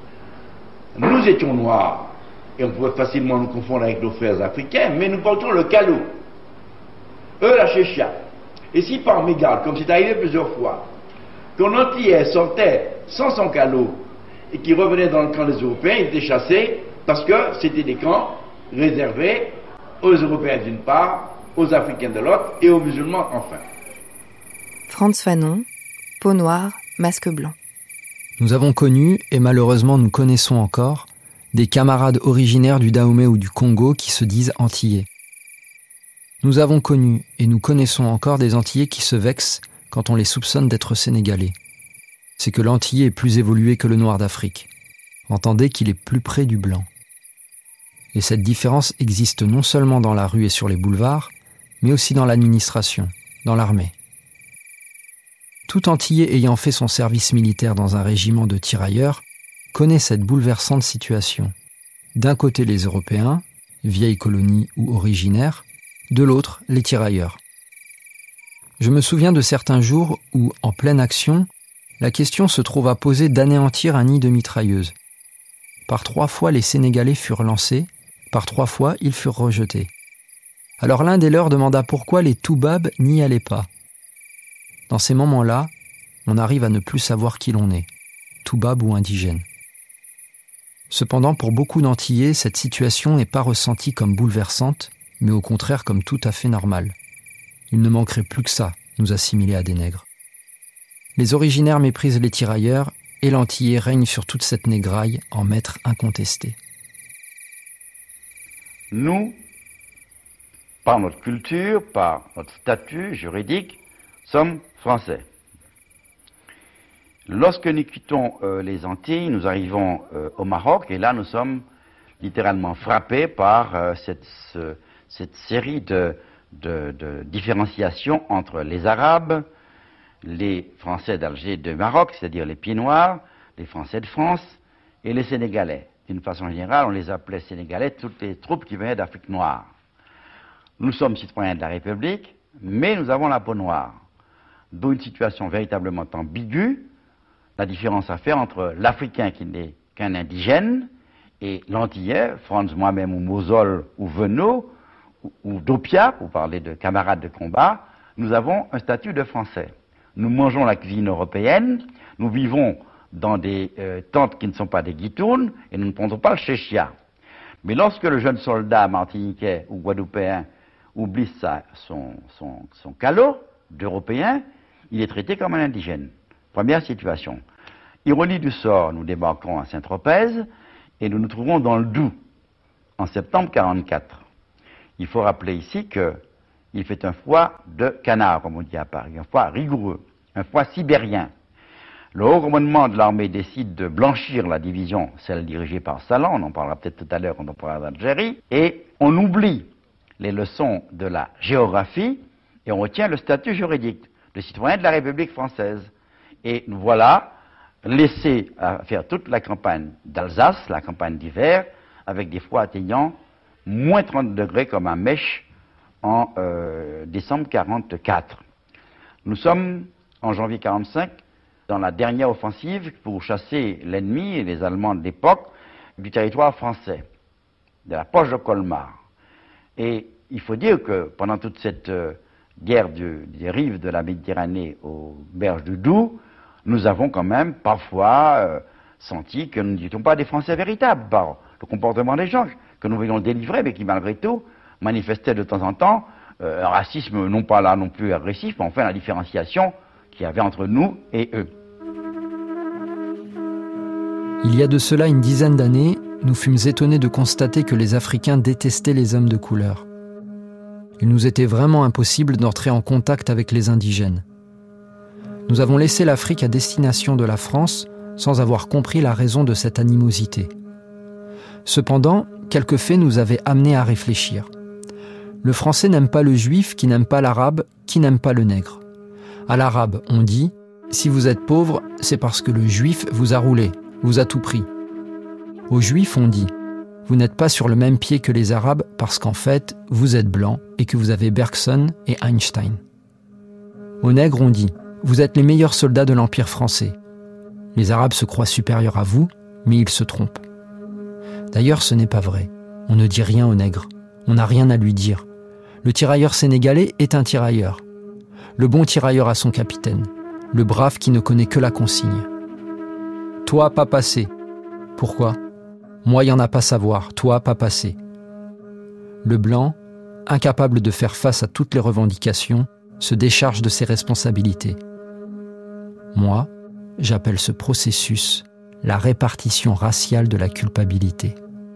Nous étions noirs, et on pouvait facilement nous confondre avec nos frères africains, mais nous portions le calot. Eux, la chéchia. Et si par mégarde, comme c'est arrivé plusieurs fois, qu'un Antillais sortait sans son calot, et qui revenait dans le camp des Européens, il était chassé, parce que c'était des camps réservés aux Européens d'une part, aux Africains de l'autre et aux musulmans enfin. Frantz Fanon, peau noire, masque blanc. Nous avons connu, et malheureusement nous connaissons encore, des camarades originaires du Dahomey ou du Congo qui se disent antillais. Nous avons connu, et nous connaissons encore des antillais qui se vexent quand on les soupçonne d'être sénégalais. C'est que l'antillais est plus évolué que le noir d'Afrique. Entendez qu'il est plus près du blanc. Et cette différence existe non seulement dans la rue et sur les boulevards, mais aussi dans l'administration, dans l'armée. Tout Antillais ayant fait son service militaire dans un régiment de tirailleurs connaît cette bouleversante situation. D'un côté les Européens, vieilles colonies ou originaires, de l'autre les tirailleurs. Je me souviens de certains jours où, en pleine action, la question se trouva posée d'anéantir un nid de mitrailleuses. Par trois fois les Sénégalais furent lancés, par trois fois ils furent rejetés. Alors l'un des leurs demanda pourquoi les Toubabs n'y allaient pas. Dans ces moments-là, on arrive à ne plus savoir qui l'on est, Toubab ou indigène. Cependant, pour beaucoup d'Antillais, cette situation n'est pas ressentie comme bouleversante, mais au contraire comme tout à fait normale. Il ne manquerait plus que ça, nous assimiler à des nègres. Les originaires méprisent les tirailleurs, et l'Antillais règne sur toute cette négraille en maître incontesté. Nous, par notre culture, par notre statut juridique, sommes français. Lorsque nous quittons euh, les Antilles, nous arrivons euh, au Maroc, et là nous sommes littéralement frappés par euh, cette, ce, cette série de, de, de différenciation entre les Arabes, les Français d'Alger et de Maroc, c'est-à-dire les Pieds Noirs, les Français de France et les Sénégalais. D'une façon générale, on les appelait Sénégalais, toutes les troupes qui venaient d'Afrique noire. Nous sommes citoyens de la République, mais nous avons la peau noire. D'où une situation véritablement ambiguë, la différence à faire entre l'Africain qui n'est qu'un indigène et l'Antillais, Franz, moi-même, ou Mosol, ou Venot, ou, ou Dopia, pour parler de camarades de combat, nous avons un statut de Français. Nous mangeons la cuisine européenne, nous vivons dans des euh, tentes qui ne sont pas des guitounes, et nous ne prenons pas le chéchia. Mais lorsque le jeune soldat martiniquais ou guadeloupéen oublie sa, son, son, son calot d'Européen, il est traité comme un indigène. Première situation. Ironie du sort, nous débarquons à Saint-Tropez, et nous nous trouvons dans le Doubs, en septembre quarante-quatre. Il faut rappeler ici qu'il fait un froid de canard, comme on dit à Paris, un froid rigoureux, un froid sibérien. Le haut commandement de l'armée décide de blanchir la division, celle dirigée par Salan, on en parlera peut-être tout à l'heure quand on parlera d'Algérie, et on oublie les leçons de la géographie et on retient le statut juridique de citoyen de la République française. Et nous voilà laissés à faire toute la campagne d'Alsace, la campagne d'hiver, avec des froids atteignant moins trente degrés comme un mèche en euh, décembre quarante-quatre. Nous sommes en janvier quarante-cinq dans la dernière offensive pour chasser l'ennemi et les Allemands de l'époque du territoire français, de la poche de Colmar. Et il faut dire que pendant toute cette euh, guerre du, des rives de la Méditerranée aux berges du Doubs, nous avons quand même parfois euh, senti que nous n'étions pas des Français véritables par le comportement des gens, que nous voulions délivrer, mais qui malgré tout manifestaient de temps en temps euh, un racisme non pas là non plus agressif, mais enfin la différenciation qu'il y avait entre nous et eux. Il y a de cela une dizaine d'années, nous fûmes étonnés de constater que les Africains détestaient les hommes de couleur. Il nous était vraiment impossible d'entrer en contact avec les indigènes. Nous avons laissé l'Afrique à destination de la France sans avoir compris la raison de cette animosité. Cependant, quelques faits nous avaient amenés à réfléchir. Le Français n'aime pas le Juif qui n'aime pas l'Arabe, qui n'aime pas le Nègre. À l'Arabe, on dit « Si vous êtes pauvre, c'est parce que le Juif vous a roulé, vous a tout pris. » Aux Juifs, on dit « Vous n'êtes pas sur le même pied que les Arabes parce qu'en fait, vous êtes blanc et que vous avez Bergson et Einstein. » Aux Nègres, on dit « Vous êtes les meilleurs soldats de l'Empire français. Les Arabes se croient supérieurs à vous, mais ils se trompent. » D'ailleurs, ce n'est pas vrai. On ne dit rien aux Nègres. On n'a rien à lui dire. Le tirailleur sénégalais est un tirailleur. Le bon tirailleur a son capitaine. Le brave qui ne connaît que la consigne. « Toi, pas passé. » Pourquoi ? Moi, y en a pas savoir. Toi, pas passé. Le blanc, incapable de faire face à toutes les revendications, se décharge de ses responsabilités. Moi, j'appelle ce processus la répartition raciale de la culpabilité.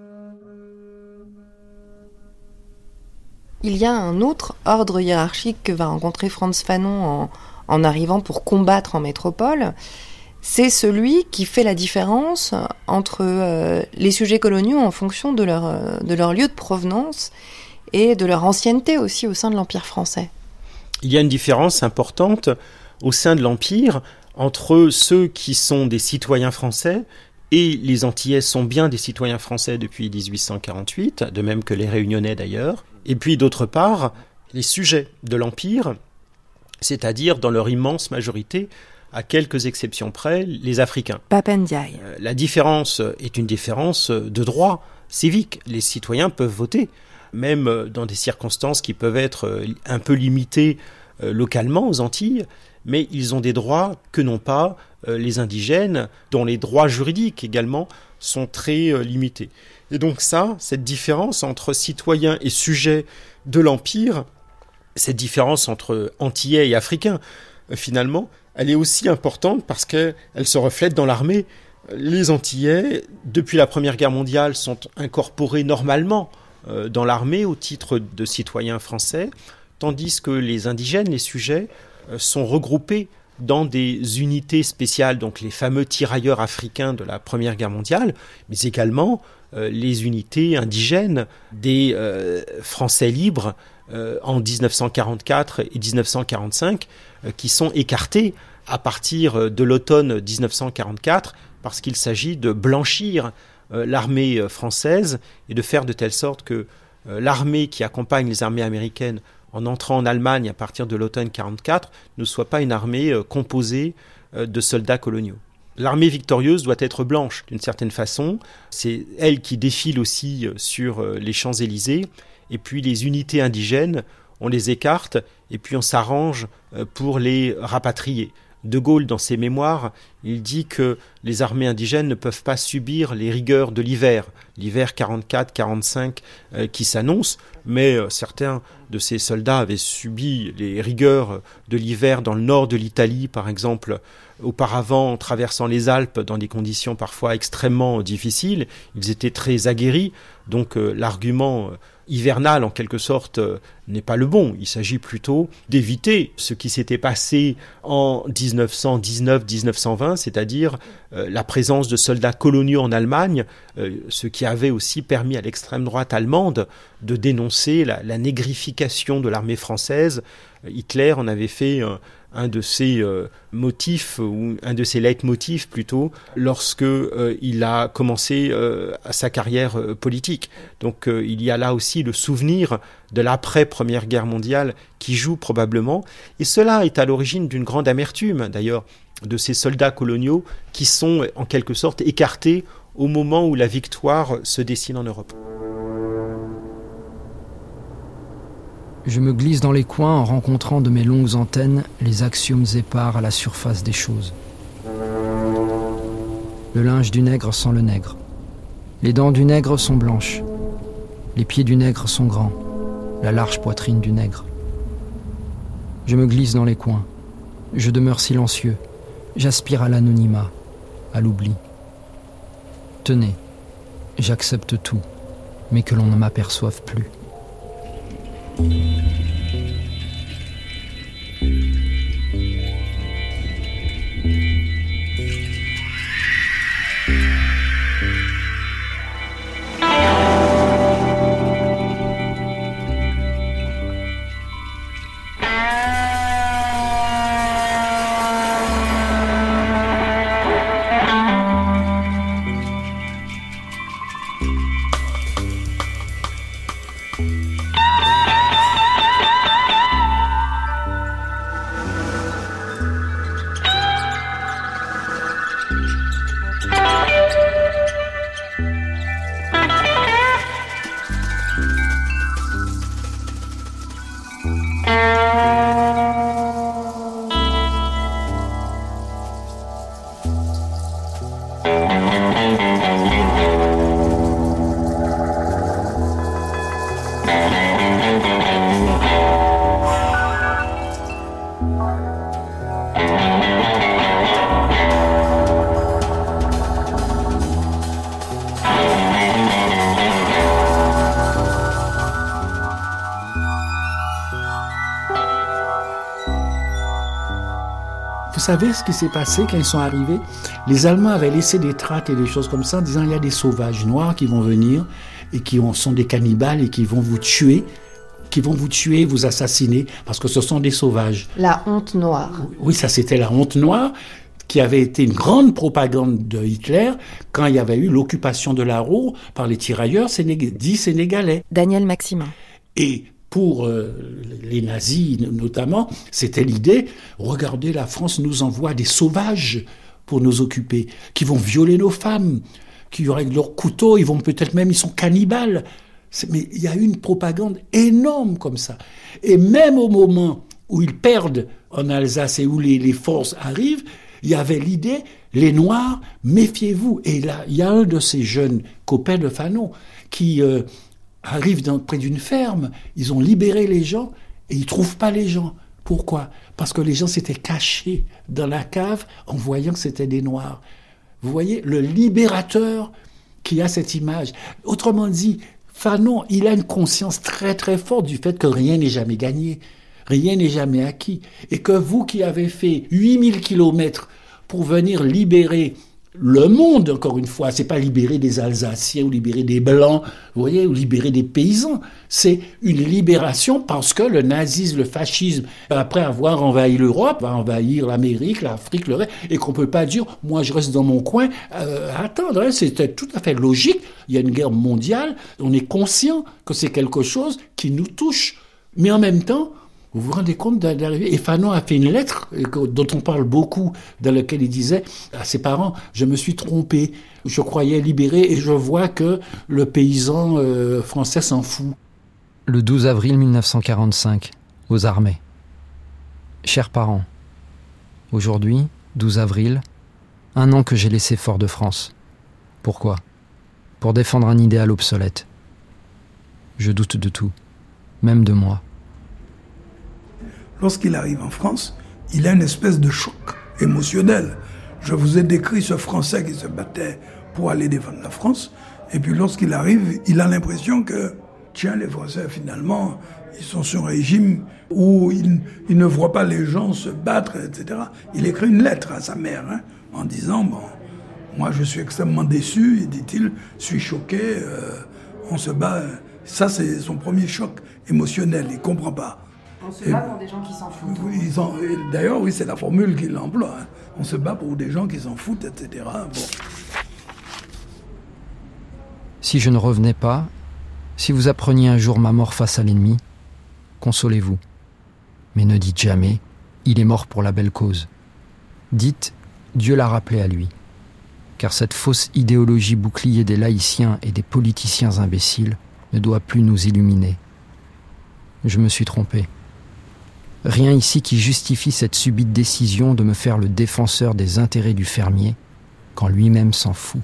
Il y a un autre ordre hiérarchique que va rencontrer Frantz Fanon en, en arrivant pour combattre en métropole. C'est celui qui fait la différence entre euh, les sujets coloniaux en fonction de leur, euh, de leur lieu de provenance et de leur ancienneté aussi au sein de l'Empire français. Il y a une différence importante au sein de l'Empire entre ceux qui sont des citoyens français, et les Antillais sont bien des citoyens français depuis dix-huit cent quarante-huit, de même que les Réunionnais d'ailleurs, et puis d'autre part, les sujets de l'Empire, c'est-à-dire dans leur immense majorité, à quelques exceptions près, les Africains. Pape Ndiaye. Euh, la différence est une différence de droit civique. Les citoyens peuvent voter, même dans des circonstances qui peuvent être un peu limitées euh, localement aux Antilles, mais ils ont des droits que n'ont pas euh, les indigènes, dont les droits juridiques également sont très euh, limités. Et donc ça, cette différence entre citoyens et sujets de l'Empire, cette différence entre Antillais et Africains, euh, finalement, elle est aussi importante parce qu'elle se reflète dans l'armée. Les Antillais, depuis la Première Guerre mondiale, sont incorporés normalement euh, dans l'armée au titre de citoyens français, tandis que les indigènes, les sujets, euh, sont regroupés dans des unités spéciales, donc les fameux tirailleurs africains de la Première Guerre mondiale, mais également euh, les unités indigènes des euh, Français libres euh, en dix-neuf cent quarante-quatre et dix-neuf cent quarante-cinq euh, qui sont écartés à partir de l'automne dix-neuf cent quarante-quatre parce qu'il s'agit de blanchir euh, l'armée française et de faire de telle sorte que euh, l'armée qui accompagne les armées américaines en entrant en Allemagne à partir de l'automne quarante-quatre ne soit pas une armée euh, composée euh, de soldats coloniaux. L'armée victorieuse doit être blanche d'une certaine façon. C'est elle qui défile aussi sur les Champs-Élysées. Et puis les unités indigènes, on les écarte et puis on s'arrange pour les rapatrier. De Gaulle, dans ses mémoires, il dit que les armées indigènes ne peuvent pas subir les rigueurs de l'hiver, l'hiver quarante-quatre quarante-cinq euh, qui s'annonce, mais euh, certains de ces soldats avaient subi les rigueurs de l'hiver dans le nord de l'Italie, par exemple, auparavant en traversant les Alpes dans des conditions parfois extrêmement difficiles. Ils étaient très aguerris, donc euh, l'argument euh, hivernal en quelque sorte euh, n'est pas le bon. Il s'agit plutôt d'éviter ce qui s'était passé en dix-neuf cent dix-neuf dix-neuf cent vingt, c'est-à-dire euh, la présence de soldats coloniaux en Allemagne, euh, ce qui avait aussi permis à l'extrême droite allemande de dénoncer la, la négrification de l'armée française. Hitler en avait fait euh, un de ses euh, motifs, ou un de ses leitmotifs plutôt, lorsque euh, il a commencé euh, sa carrière euh, politique. Donc euh, il y a là aussi le souvenir de l'après-Première Guerre mondiale qui joue probablement, et cela est à l'origine d'une grande amertume d'ailleurs de ces soldats coloniaux qui sont en quelque sorte écartés au moment où la victoire se dessine en Europe. Je me glisse dans les coins en rencontrant de mes longues antennes les axiomes épars à la surface des choses. Le linge du nègre sent le nègre. Les dents du nègre sont blanches. Les pieds du nègre sont grands. La large poitrine du nègre. Je me glisse dans les coins. Je demeure silencieux. J'aspire à l'anonymat, à l'oubli. Tenez, j'accepte tout, mais que l'on ne m'aperçoive plus. Vous savez ce qui s'est passé quand ils sont arrivés? Les Allemands avaient laissé des tracts et des choses comme ça en disant il y a des sauvages noirs qui vont venir et qui sont des cannibales et qui vont vous tuer, qui vont vous tuer, vous assassiner, parce que ce sont des sauvages. La honte noire. Oui, ça c'était la honte noire, qui avait été une grande propagande de Hitler quand il y avait eu l'occupation de l'Aro par les tirailleurs sénég- dits sénégalais. Daniel Maximin. Et pour euh, les nazis notamment, c'était l'idée, regardez, la France nous envoie des sauvages pour nous occuper, qui vont violer nos femmes, qui avec leurs couteaux, ils vont peut-être même, ils sont cannibales. C'est, mais il y a eu une propagande énorme comme ça. Et même au moment où ils perdent en Alsace et où les, les forces arrivent, il y avait l'idée, les Noirs, méfiez-vous. Et là, il y a un de ces jeunes copains de Fanon qui euh, arrive dans, près d'une ferme, ils ont libéré les gens et ils ne trouvent pas les gens. Pourquoi? Parce que les gens s'étaient cachés dans la cave en voyant que c'était des Noirs. Vous voyez, le libérateur qui a cette image. Autrement dit, Fanon, il a une conscience très très forte du fait que rien n'est jamais gagné, rien n'est jamais acquis. Et que vous qui avez fait huit mille kilomètres pour venir libérer le monde, encore une fois. C'est pas libérer des Alsaciens ou libérer des Blancs, vous voyez, ou libérer des paysans. C'est une libération parce que le nazisme, le fascisme, après avoir envahi l'Europe, va envahir l'Amérique, l'Afrique, le reste, et qu'on peut pas dire, moi je reste dans mon coin, euh, attendre, hein, c'était tout à fait logique. Il y a une guerre mondiale, on est conscient que c'est quelque chose qui nous touche. Mais en même temps, vous vous rendez compte d'arriver. Et Fanon a fait une lettre dont on parle beaucoup, dans laquelle il disait à ses parents, je me suis trompé, je croyais libéré et je vois que le paysan euh, français s'en fout. Le douze avril mille neuf cent quarante-cinq, aux armées. Chers parents, aujourd'hui, douze avril, un an que j'ai laissé Fort-de-France. Pourquoi ? Pour défendre un idéal obsolète. Je doute de tout, même de moi. Lorsqu'il arrive en France, il a une espèce de choc émotionnel. Je vous ai décrit ce Français qui se battait pour aller défendre la France. Et puis lorsqu'il arrive, il a l'impression que, tiens, les Français, finalement, ils sont sur un régime où ils, ils ne voient pas les gens se battre, et cetera. Il écrit une lettre à sa mère, hein, en disant, bon, moi je suis extrêmement déçu, dit-il, je suis choqué, euh, on se bat. Ça, c'est son premier choc émotionnel, il ne comprend pas. On se bat pour des gens qui s'en foutent. Ils en, d'ailleurs, oui, c'est la formule qu'il emploie. Hein. On se bat pour des gens qui s'en foutent, et cetera. Bon. Si je ne revenais pas, si vous appreniez un jour ma mort face à l'ennemi, consolez-vous. Mais ne dites jamais, il est mort pour la belle cause. Dites, Dieu l'a rappelé à lui. Car cette fausse idéologie bouclier des laïciens et des politiciens imbéciles ne doit plus nous illuminer. Je me suis trompé. Rien ici qui justifie cette subite décision de me faire le défenseur des intérêts du fermier, quand lui-même s'en fout.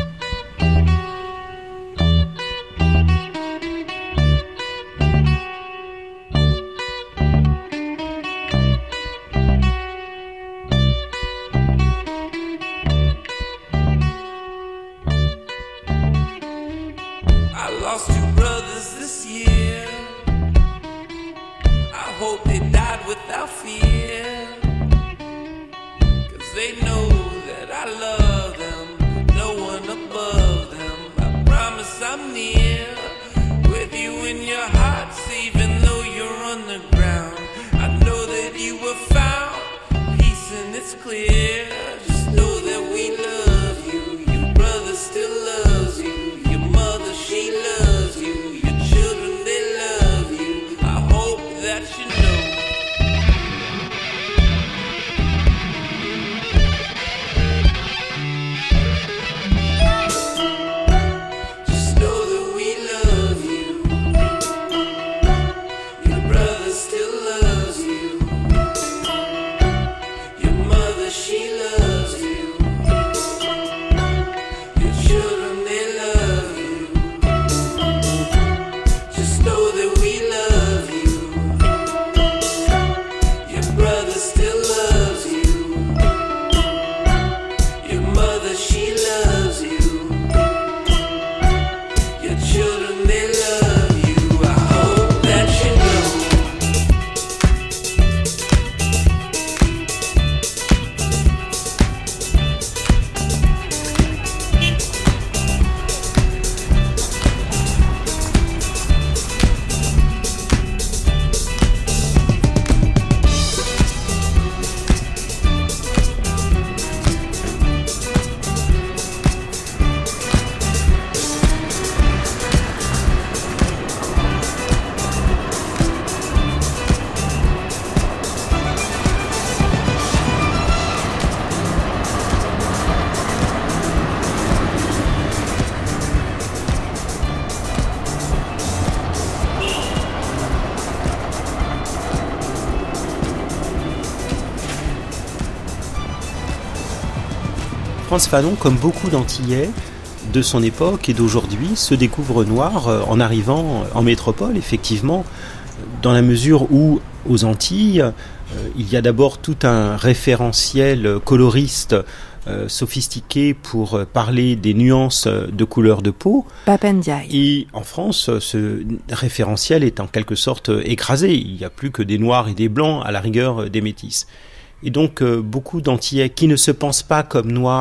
Frantz Fanon, comme beaucoup d'Antillais de son époque et d'aujourd'hui, se découvre noir en arrivant en métropole, effectivement, dans la mesure où, aux Antilles, il y a d'abord tout un référentiel coloriste euh, sophistiqué pour parler des nuances de couleur de peau. Pape Ndiaye. Et en France, ce référentiel est en quelque sorte écrasé. Il n'y a plus que des noirs et des blancs, à la rigueur des métis. Et donc, euh, beaucoup d'Antillais qui ne se pensent pas comme noirs,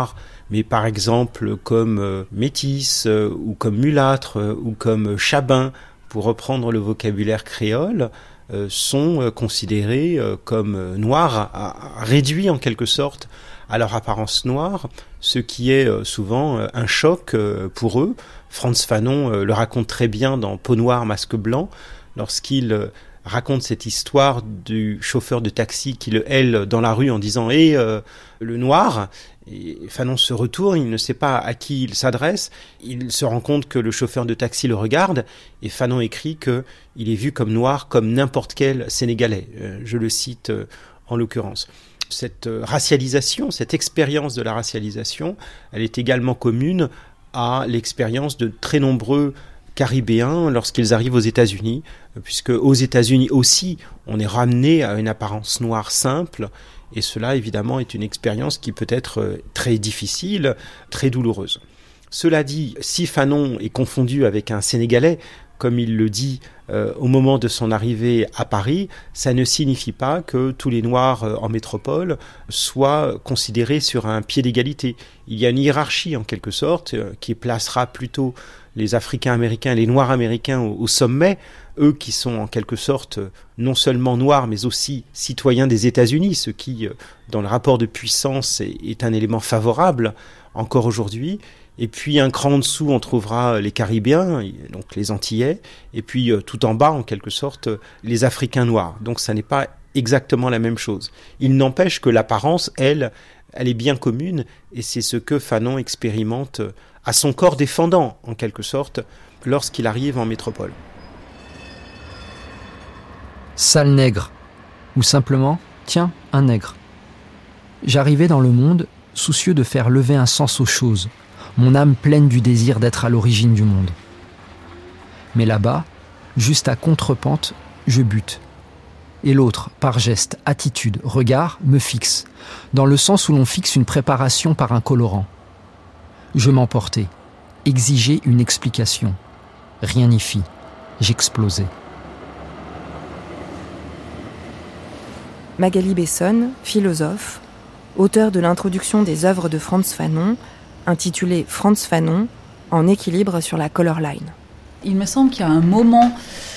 mais par exemple comme euh, métis, euh, ou comme mulâtre, euh, ou comme chabin, pour reprendre le vocabulaire créole, euh, sont euh, considérés euh, comme euh, noirs, à, à, réduits en quelque sorte à leur apparence noire, ce qui est euh, souvent euh, un choc euh, pour eux. Frantz Fanon euh, le raconte très bien dans Peau noire, masque blanc, lorsqu'il euh, raconte cette histoire du chauffeur de taxi qui le hèle dans la rue en disant « Hé, euh, le noir !» Et Fanon se retourne, il ne sait pas à qui il s'adresse, il se rend compte que le chauffeur de taxi le regarde, et Fanon écrit qu'il est vu comme noir comme n'importe quel Sénégalais. Euh, je le cite euh, en l'occurrence. Cette euh, racialisation, cette expérience de la racialisation, elle est également commune à l'expérience de très nombreux Caribéens lorsqu'ils arrivent aux États-Unis, puisque aux États-Unis aussi, on est ramené à une apparence noire simple, et cela évidemment est une expérience qui peut être très difficile, très douloureuse. Cela dit, si Fanon est confondu avec un Sénégalais, comme il le dit euh, au moment de son arrivée à Paris, ça ne signifie pas que tous les Noirs euh, en métropole soient considérés sur un pied d'égalité. Il y a une hiérarchie en quelque sorte euh, qui placera plutôt les Africains-Américains, les Noirs américains au, au sommet, eux qui sont en quelque sorte non seulement noirs mais aussi citoyens des États-Unis, ce qui, euh, dans le rapport de puissance, est, est un élément favorable encore aujourd'hui. Et puis un cran en dessous, on trouvera les Caribéens, donc les Antillais, et puis euh, tout en bas, en quelque sorte, les Africains noirs. Donc ça n'est pas exactement la même chose. Il n'empêche que l'apparence, elle, elle est bien commune, et c'est ce que Fanon expérimente à son corps défendant, en quelque sorte, lorsqu'il arrive en métropole. Sale nègre, ou simplement, tiens, un nègre. J'arrivais dans le monde, soucieux de faire lever un sens aux choses, mon âme pleine du désir d'être à l'origine du monde. Mais là-bas, juste à contre-pente, je bute. Et l'autre, par geste, attitude, regard, me fixe, dans le sens où l'on fixe une préparation par un colorant. Je m'emportais, exigeais une explication. Rien n'y fit, j'explosais. Magali Besson, philosophe, auteur de l'introduction des œuvres de Frantz Fanon, intitulée Frantz Fanon, en équilibre sur la color line. Il me semble qu'il y a un moment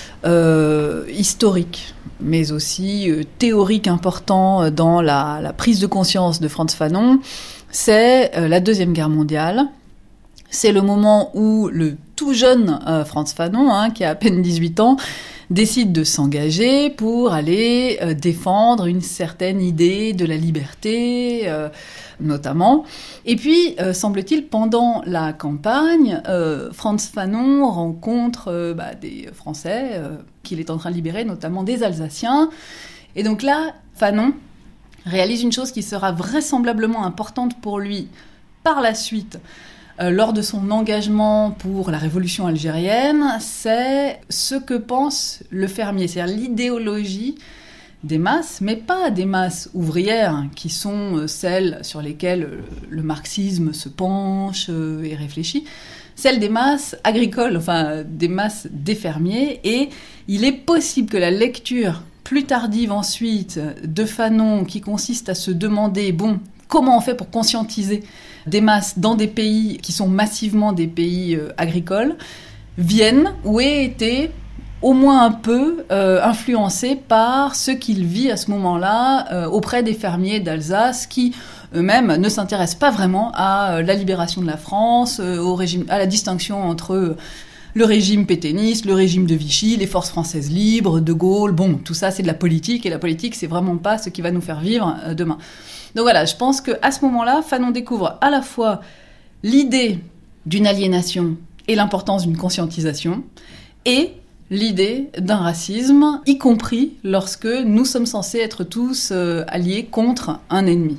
euh, historique, mais aussi euh, théorique important dans la, la prise de conscience de Frantz Fanon, c'est euh, la Deuxième Guerre mondiale. C'est le moment où le tout jeune euh, Frantz Fanon, hein, qui a à peine dix-huit ans, décide de s'engager pour aller euh, défendre une certaine idée de la liberté, euh, notamment. Et puis, euh, semble-t-il, pendant la campagne, euh, Frantz Fanon rencontre euh, bah, des Français euh, qu'il est en train de libérer, notamment des Alsaciens. Et donc là, Fanon réalise une chose qui sera vraisemblablement importante pour lui par la suite, Euh, lors de son engagement pour la révolution algérienne, c'est ce que pense le fermier, c'est-à-dire l'idéologie des masses, mais pas des masses ouvrières, qui sont euh, celles sur lesquelles euh, le marxisme se penche euh, et réfléchit, celles des masses agricoles, enfin des masses des fermiers, et il est possible que la lecture plus tardive ensuite de Fanon, qui consiste à se demander, bon, comment on fait pour conscientiser des masses dans des pays qui sont massivement des pays euh, agricoles, viennent ou aient été au moins un peu euh, influencés par ce qu'il vit à ce moment-là euh, auprès des fermiers d'Alsace qui eux-mêmes ne s'intéressent pas vraiment à euh, la libération de la France, euh, au régime, à la distinction entre euh, le régime pétainiste, le régime de Vichy, les forces françaises libres, De Gaulle, bon, tout ça c'est de la politique, et la politique c'est vraiment pas ce qui va nous faire vivre euh, demain. Donc voilà, je pense qu'à ce moment-là, Fanon découvre à la fois l'idée d'une aliénation et l'importance d'une conscientisation, et l'idée d'un racisme, y compris lorsque nous sommes censés être tous euh, alliés contre un ennemi.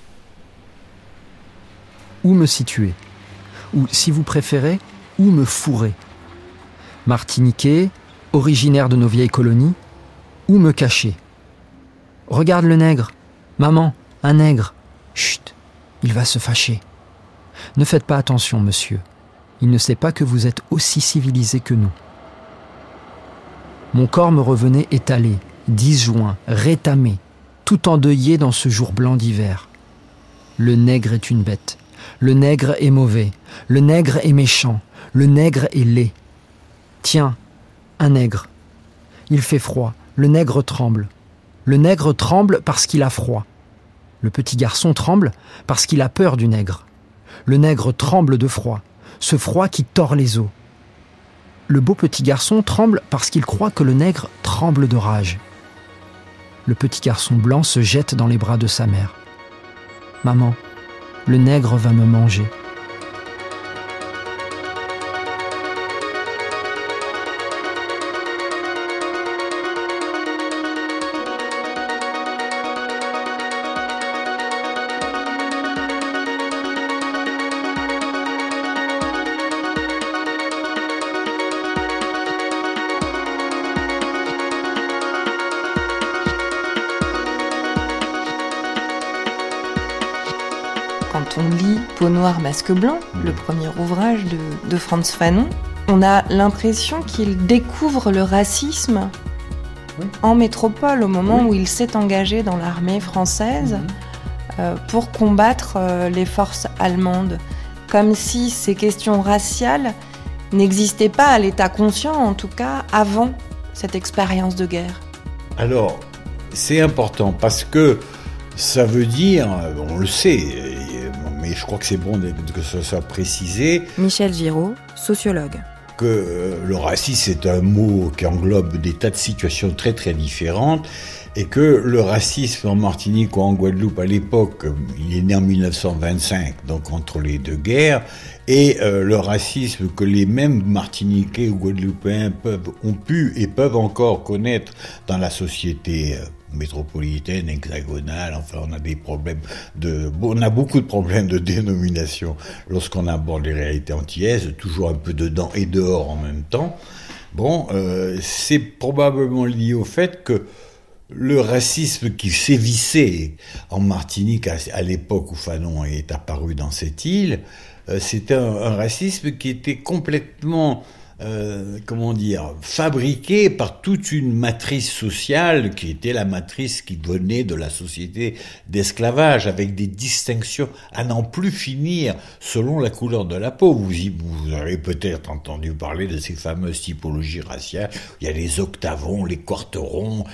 Où me situer ? Ou, si vous préférez, où me fourrer ? Martiniquais, originaire de nos vieilles colonies, où me cacher ? Regarde le nègre, maman, un nègre. Chut, il va se fâcher. Ne faites pas attention, monsieur. Il ne sait pas que vous êtes aussi civilisé que nous. Mon corps me revenait étalé, disjoint, rétamé, tout endeuillé dans ce jour blanc d'hiver. Le nègre est une bête. Le nègre est mauvais, le nègre est méchant, le nègre est laid. Tiens, un nègre. Il fait froid, le nègre tremble. Le nègre tremble parce qu'il a froid. Le petit garçon tremble parce qu'il a peur du nègre. Le nègre tremble de froid, ce froid qui tord les os. Le beau petit garçon tremble parce qu'il croit que le nègre tremble de rage. Le petit garçon blanc se jette dans les bras de sa mère. Maman, le nègre va me manger. Quand on lit Peau noire, masque blanc, le premier ouvrage de, de Frantz Fanon, on a l'impression qu'il découvre le racisme oui. en métropole au moment oui. où il s'est engagé dans l'armée française mmh. euh, pour combattre euh, les forces allemandes. Comme si ces questions raciales n'existaient pas à l'état conscient, en tout cas avant cette expérience de guerre. Alors, c'est important parce que ça veut dire, on le sait, mais je crois que c'est bon que ça soit précisé. Michel Giraud, sociologue. Que euh, le racisme est un mot qui englobe des tas de situations très très différentes et que le racisme en Martinique ou en Guadeloupe à l'époque, il est né en dix-neuf cent vingt-cinq, donc entre les deux guerres, et euh, le racisme que les mêmes Martiniquais ou Guadeloupéens peuvent, ont pu et peuvent encore connaître dans la société euh, métropolitaine, hexagonale, enfin on a des problèmes de, on a beaucoup de problèmes de dénomination lorsqu'on aborde les réalités antillaises, toujours un peu dedans et dehors en même temps. Bon, euh, c'est probablement lié au fait que le racisme qui sévissait en Martinique à, à l'époque où Fanon est apparu dans cette île, euh, c'était un, un racisme qui était complètement Euh, comment dire, fabriqué par toute une matrice sociale qui était la matrice qui venait de la société d'esclavage, avec des distinctions à n'en plus finir selon la couleur de la peau. Vous, y, vous avez peut-être entendu parler de ces fameuses typologies raciales. Il y a les octavons, les quarterons.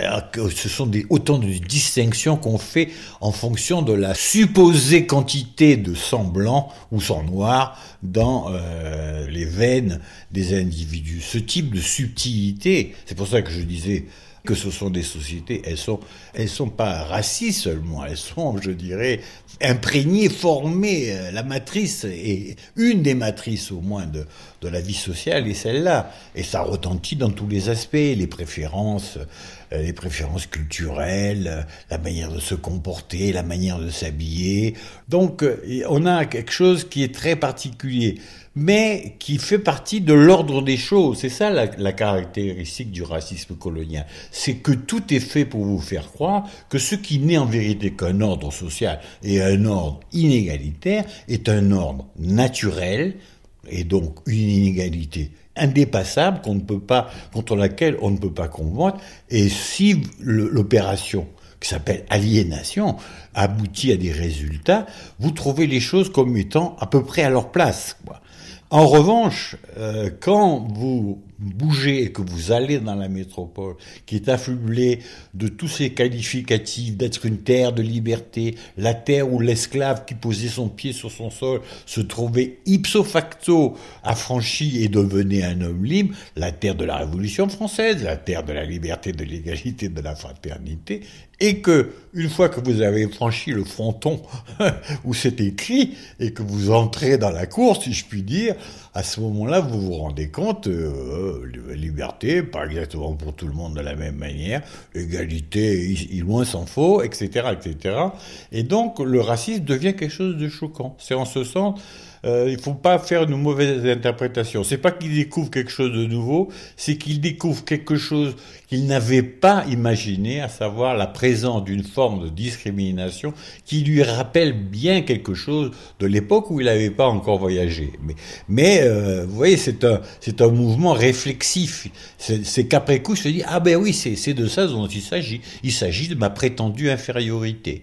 Ce sont des, autant de distinctions qu'on fait en fonction de la supposée quantité de sang blanc ou sang noir dans euh, les veines des individus. Ce type de subtilité, c'est pour ça que je disais que ce sont des sociétés, elles sont, elles sont pas racistes seulement, elles sont, je dirais, imprégnées, formées. La matrice est une des matrices au moins de, de la vie sociale est celle-là. Et ça retentit dans tous les aspects, les préférences, les préférences culturelles, la manière de se comporter, la manière de s'habiller. Donc, on a quelque chose qui est très particulier, mais qui fait partie de l'ordre des choses. C'est ça la, la caractéristique du racisme colonial. C'est que tout est fait pour vous faire croire que ce qui n'est en vérité qu'un ordre social et un ordre inégalitaire est un ordre naturel et donc une inégalité indépassable qu'on ne peut pas, contre laquelle on ne peut pas combattre. Et si le, l'opération qui s'appelle aliénation aboutit à des résultats, vous trouvez les choses comme étant à peu près à leur place, quoi. En revanche, euh, quand vous bougez et que vous allez dans la métropole, qui est affublée de tous ces qualificatifs d'être une terre de liberté, la terre où l'esclave qui posait son pied sur son sol se trouvait ipso facto affranchi et devenait un homme libre, la terre de la Révolution française, la terre de la liberté, de l'égalité, de la fraternité, et que, une fois que vous avez franchi le fronton où c'est écrit, et que vous entrez dans la cour, si je puis dire, à ce moment-là, vous vous rendez compte, euh, liberté, pas exactement pour tout le monde de la même manière, égalité, il loin s'en faut, et cetera, et cetera. Et donc, le racisme devient quelque chose de choquant. C'est en ce sens, euh, il faut pas faire une mauvaise interprétation. C'est pas qu'il découvre quelque chose de nouveau, c'est qu'il découvre quelque chose qu'il n'avait pas imaginé, à savoir la présence d'une forme de discrimination qui lui rappelle bien quelque chose de l'époque où il n'avait pas encore voyagé. Mais, mais euh, vous voyez, c'est un, c'est un mouvement réflexif. C'est, c'est qu'après coup, je me dis, ah ben oui, c'est, c'est de ça dont il s'agit. Il s'agit de ma prétendue infériorité.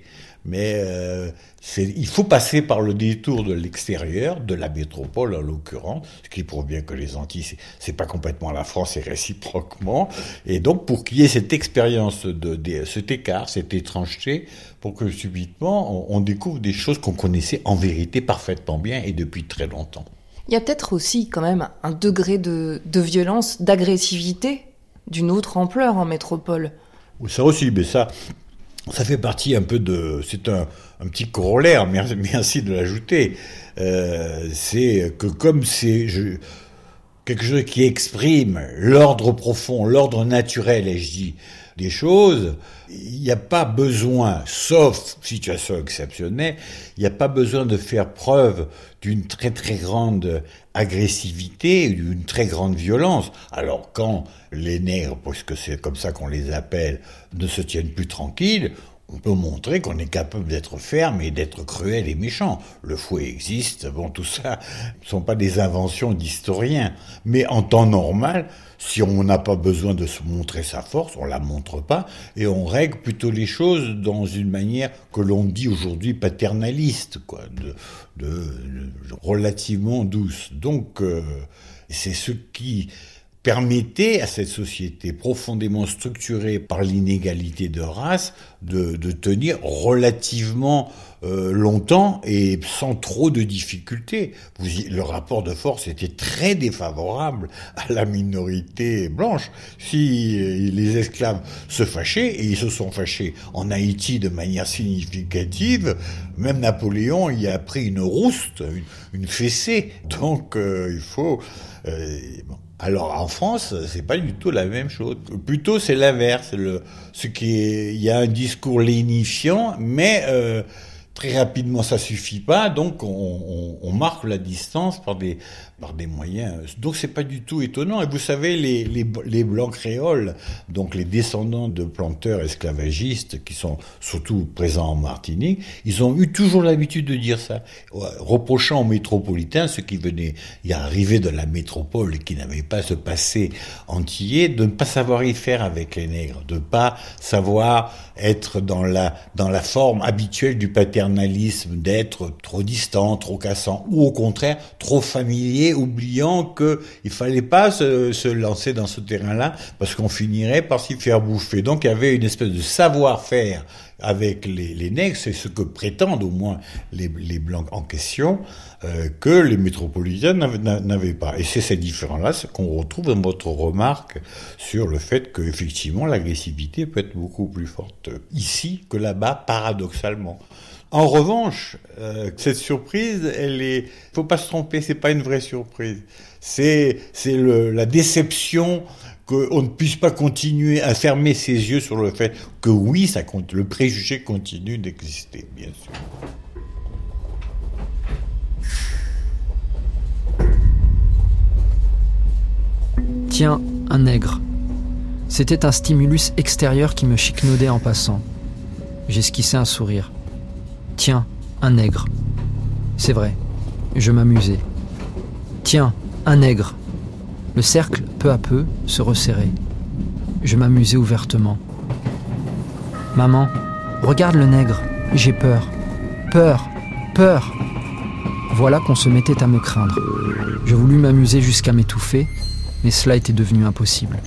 Mais euh, c'est, il faut passer par le détour de l'extérieur, de la métropole en l'occurrence, ce qui prouve bien que les Antilles, c'est, c'est pas complètement la France, et réciproquement. Et donc, pour qu'il y ait cette expérience, de, de, cet écart, cette étrangeté, pour que subitement, on, on découvre des choses qu'on connaissait en vérité parfaitement bien et depuis très longtemps. Il y a peut-être aussi quand même un degré de, de violence, d'agressivité d'une autre ampleur en métropole. Ça aussi, mais ça... Ça fait partie un peu de... C'est un, un petit corollaire, merci de l'ajouter. Euh, c'est que comme c'est je, quelque chose qui exprime l'ordre profond, l'ordre naturel, ai-je dit, des choses, il n'y a pas besoin, sauf situation exceptionnelle, il n'y a pas besoin de faire preuve d'une très très grande agressivité, d'une très grande violence. Alors quand les nègres, parce que c'est comme ça qu'on les appelle, ne se tiennent plus tranquilles, on peut montrer qu'on est capable d'être ferme et d'être cruel et méchant. Le fouet existe, bon, tout ça ne sont pas des inventions d'historiens. Mais en temps normal, si on n'a pas besoin de se montrer sa force, on la montre pas, et on règle plutôt les choses dans une manière que l'on dit aujourd'hui paternaliste, quoi, de, de, de relativement douce. Donc, euh, c'est ce qui permettait à cette société profondément structurée par l'inégalité de race de, de tenir relativement euh, longtemps et sans trop de difficultés. Vous y, le rapport de force était très défavorable à la minorité blanche. Si euh, les esclaves se fâchaient, et ils se sont fâchés en Haïti de manière significative, même Napoléon y a pris une rouste, une, une fessée. Donc euh, il faut... Euh, bon. Alors en France, c'est pas du tout la même chose. Plutôt c'est l'inverse. Le, ce qui est, il y a un discours lénifiant, mais euh, très rapidement ça suffit pas. Donc on, on, on marque la distance par des par des moyens. Donc c'est pas du tout étonnant. Et vous savez, les les, les blancs créoles, donc les descendants de planteurs esclavagistes qui sont surtout présents en Martinique, ils ont eu toujours l'habitude de dire ça, reprochant aux métropolitains, ceux qui venaient y arriver de la métropole et qui n'avaient pas ce passé antillais, de ne pas savoir y faire avec les nègres, de ne pas savoir être dans la dans la forme habituelle du paternalisme, d'être trop distant, trop cassant, ou au contraire trop familier, oubliant que il fallait pas se, se lancer dans ce terrain-là parce qu'on finirait par s'y faire bouffer. Donc il y avait une espèce de savoir-faire avec les, les nègres, c'est ce que prétendent au moins les, les blancs en question, euh, que les métropolitains n'avaient, n'avaient pas. Et c'est ces différents-là qu'on retrouve dans votre remarque sur le fait qu'effectivement l'agressivité peut être beaucoup plus forte ici que là-bas, paradoxalement. En revanche, euh, cette surprise, elle est, faut pas se tromper, c'est pas une vraie surprise. C'est, c'est le, la déception qu'on ne puisse pas continuer à fermer ses yeux sur le fait que oui, ça compte, le préjugé continue d'exister, bien sûr. Tiens, un nègre. C'était un stimulus extérieur qui me chiquenaudaient en passant. J'esquissais un sourire. Tiens, un nègre. C'est vrai, je m'amusais. Tiens, un nègre. Le cercle, peu à peu, se resserrait. Je m'amusais ouvertement. Maman, regarde le nègre, j'ai peur. Peur, peur. Voilà qu'on se mettait à me craindre. Je voulus m'amuser jusqu'à m'étouffer, mais cela était devenu impossible.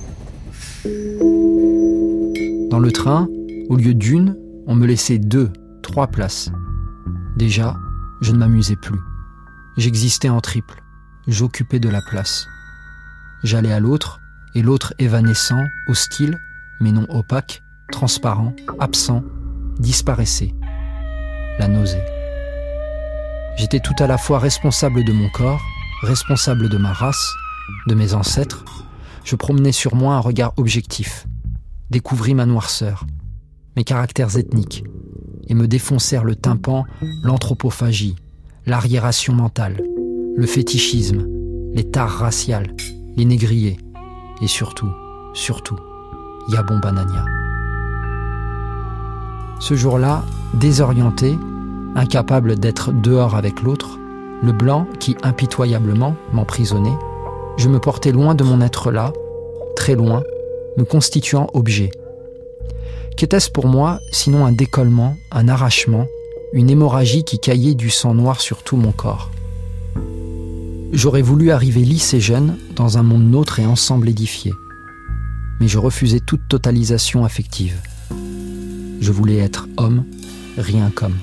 Dans le train, au lieu d'une, on me laissait deux, trois places. Déjà, je ne m'amusais plus. J'existais en triple. J'occupais de la place. J'allais à l'autre, et l'autre évanescent, hostile, mais non opaque, transparent, absent, disparaissait. La nausée. J'étais tout à la fois responsable de mon corps, responsable de ma race, de mes ancêtres. Je promenais sur moi un regard objectif, découvris ma noirceur, mes caractères ethniques, et me défoncèrent le tympan, l'anthropophagie, l'arriération mentale, le fétichisme, les tares raciales, les négriers, et surtout, surtout, Yabon Banania. Ce jour-là, désorienté, incapable d'être dehors avec l'autre, le blanc qui impitoyablement m'emprisonnait, je me portais loin de mon être là, très loin, me constituant objet. Qu'était-ce pour moi, sinon un décollement, un arrachement, une hémorragie qui caillait du sang noir sur tout mon corps? J'aurais voulu arriver lisse et jeune, dans un monde nôtre et ensemble édifié. Mais je refusais toute totalisation affective. Je voulais être homme, rien comme.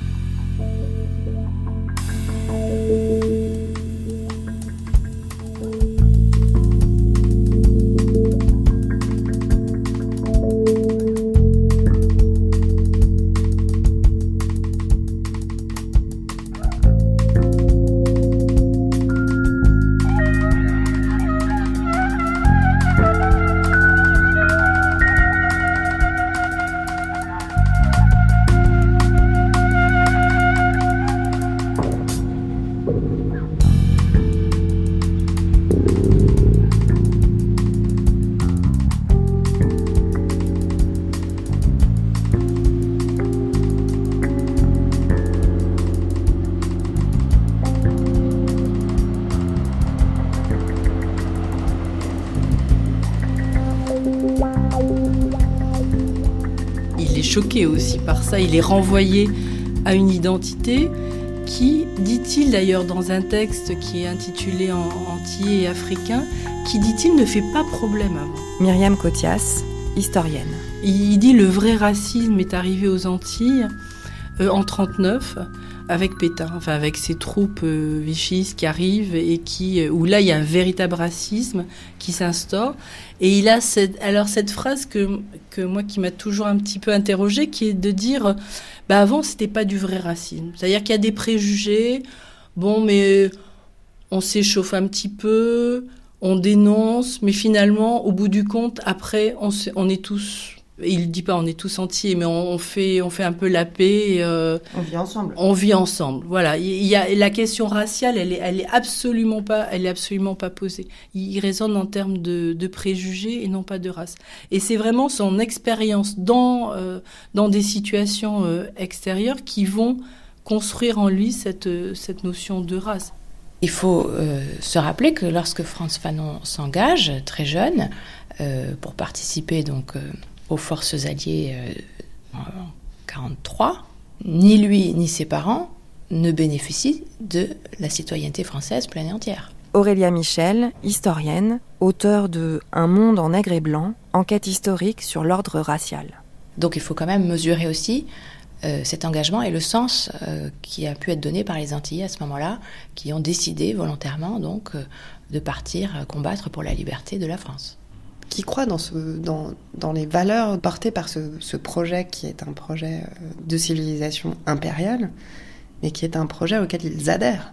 Choqué aussi par ça, il est renvoyé à une identité qui, dit-il d'ailleurs dans un texte qui est intitulé en Antillais et africain, qui, dit-il, ne fait pas problème à moi. Myriam Cotias, historienne. Il dit le vrai racisme est arrivé aux Antilles euh, en trente-neuf avec Pétain, enfin avec ses troupes euh, vichistes qui arrivent et qui, euh, où là il y a un véritable racisme qui s'instaure. Et il a cette, alors cette phrase que, que moi qui m'a toujours un petit peu interrogée, qui est de dire, bah avant c'était pas du vrai racisme. C'est-à-dire qu'il y a des préjugés, bon mais on s'échauffe un petit peu, on dénonce, mais finalement au bout du compte, après on, on est tous... Il dit pas on est tous entiers, mais on, on fait on fait un peu la paix. Euh, on vit ensemble. On vit ensemble. Voilà. Il y a la question raciale, elle est elle est absolument pas elle est absolument pas posée. Il, il raisonne en termes de, de préjugés et non pas de race. Et c'est vraiment son expérience dans euh, dans des situations euh, extérieures qui vont construire en lui cette cette notion de race. Il faut euh, se rappeler que lorsque Frantz Fanon s'engage très jeune euh, pour participer donc euh, aux forces alliées euh, en quarante-trois, ni lui ni ses parents ne bénéficient de la citoyenneté française pleine et entière. Aurélia Michel, historienne, auteure de Un monde en nègre et blanc, enquête historique sur l'ordre racial. Donc il faut quand même mesurer aussi euh, cet engagement et le sens euh, qui a pu être donné par les Antillais à ce moment-là, qui ont décidé volontairement donc euh, de partir euh, combattre pour la liberté de la France. Qui croient dans, ce, dans, dans les valeurs portées par ce, ce projet qui est un projet de civilisation impériale, mais qui est un projet auquel ils adhèrent.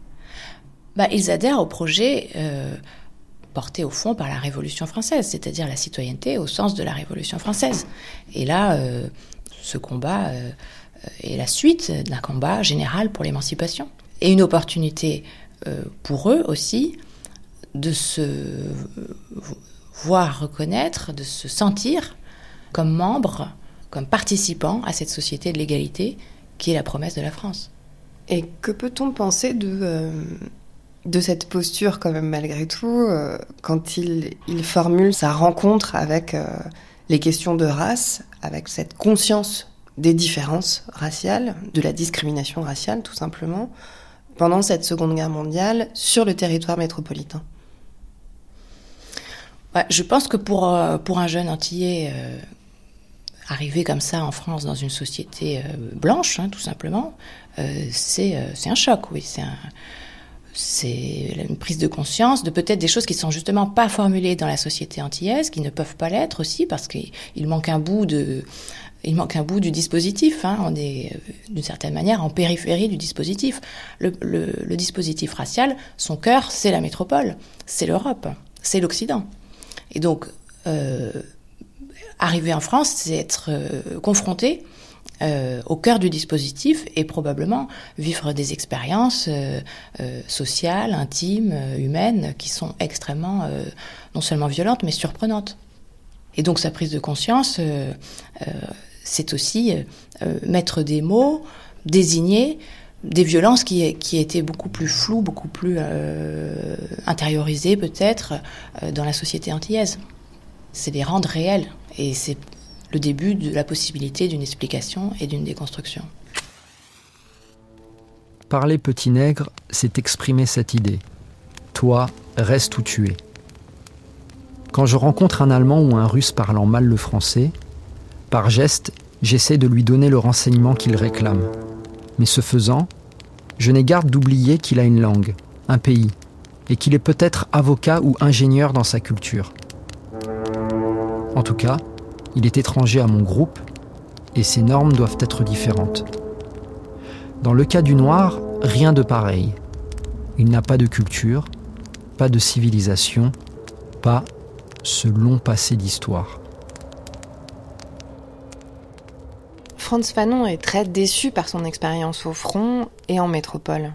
Bah, ils adhèrent au projet euh, porté au fond par la Révolution française, c'est-à-dire la citoyenneté au sens de la Révolution française. Et là, euh, ce combat euh, est la suite d'un combat général pour l'émancipation. Et une opportunité euh, pour eux aussi de se... Euh, voir reconnaître, de se sentir comme membre, comme participant à cette société de l'égalité qui est la promesse de la France. Et que peut-on penser de, euh, de cette posture quand même malgré tout, euh, quand il, il formule sa rencontre avec euh, les questions de race, avec cette conscience des différences raciales, de la discrimination raciale tout simplement, pendant cette Seconde Guerre mondiale sur le territoire métropolitain? Ouais, je pense que pour, euh, pour un jeune Antillais, euh, arriver comme ça en France dans une société euh, blanche, hein, tout simplement, euh, c'est, euh, c'est un choc, oui. C'est, un, c'est une prise de conscience de peut-être des choses qui ne sont justement pas formulées dans la société antillaise, qui ne peuvent pas l'être aussi, parce qu'il manque un bout de... Il manque un bout du dispositif, hein. On est d'une certaine manière en périphérie du dispositif. Le, le, le dispositif racial, son cœur, c'est la métropole, c'est l'Europe, c'est l'Occident. Et donc, euh, arriver en France, c'est être euh, confronté euh, au cœur du dispositif et probablement vivre des expériences euh, euh, sociales, intimes, euh, humaines, qui sont extrêmement, euh, non seulement violentes, mais surprenantes. Et donc, sa prise de conscience, euh, euh, c'est aussi euh, mettre des mots, désigner des violences qui, qui étaient beaucoup plus floues, beaucoup plus euh, intériorisées peut-être euh, dans la société antillaise. C'est les rendre réels. Et c'est le début de la possibilité d'une explication et d'une déconstruction. Parler petit nègre, c'est exprimer cette idée. Toi, reste où tu es. Quand je rencontre un Allemand ou un Russe parlant mal le français, par geste, j'essaie de lui donner le renseignement qu'il réclame. Mais ce faisant, je n'ai garde d'oublier qu'il a une langue, un pays, et qu'il est peut-être avocat ou ingénieur dans sa culture. En tout cas, il est étranger à mon groupe, et ses normes doivent être différentes. Dans le cas du noir, rien de pareil. Il n'a pas de culture, pas de civilisation, pas ce long passé d'histoire. Frantz Fanon est très déçu par son expérience au front et en métropole.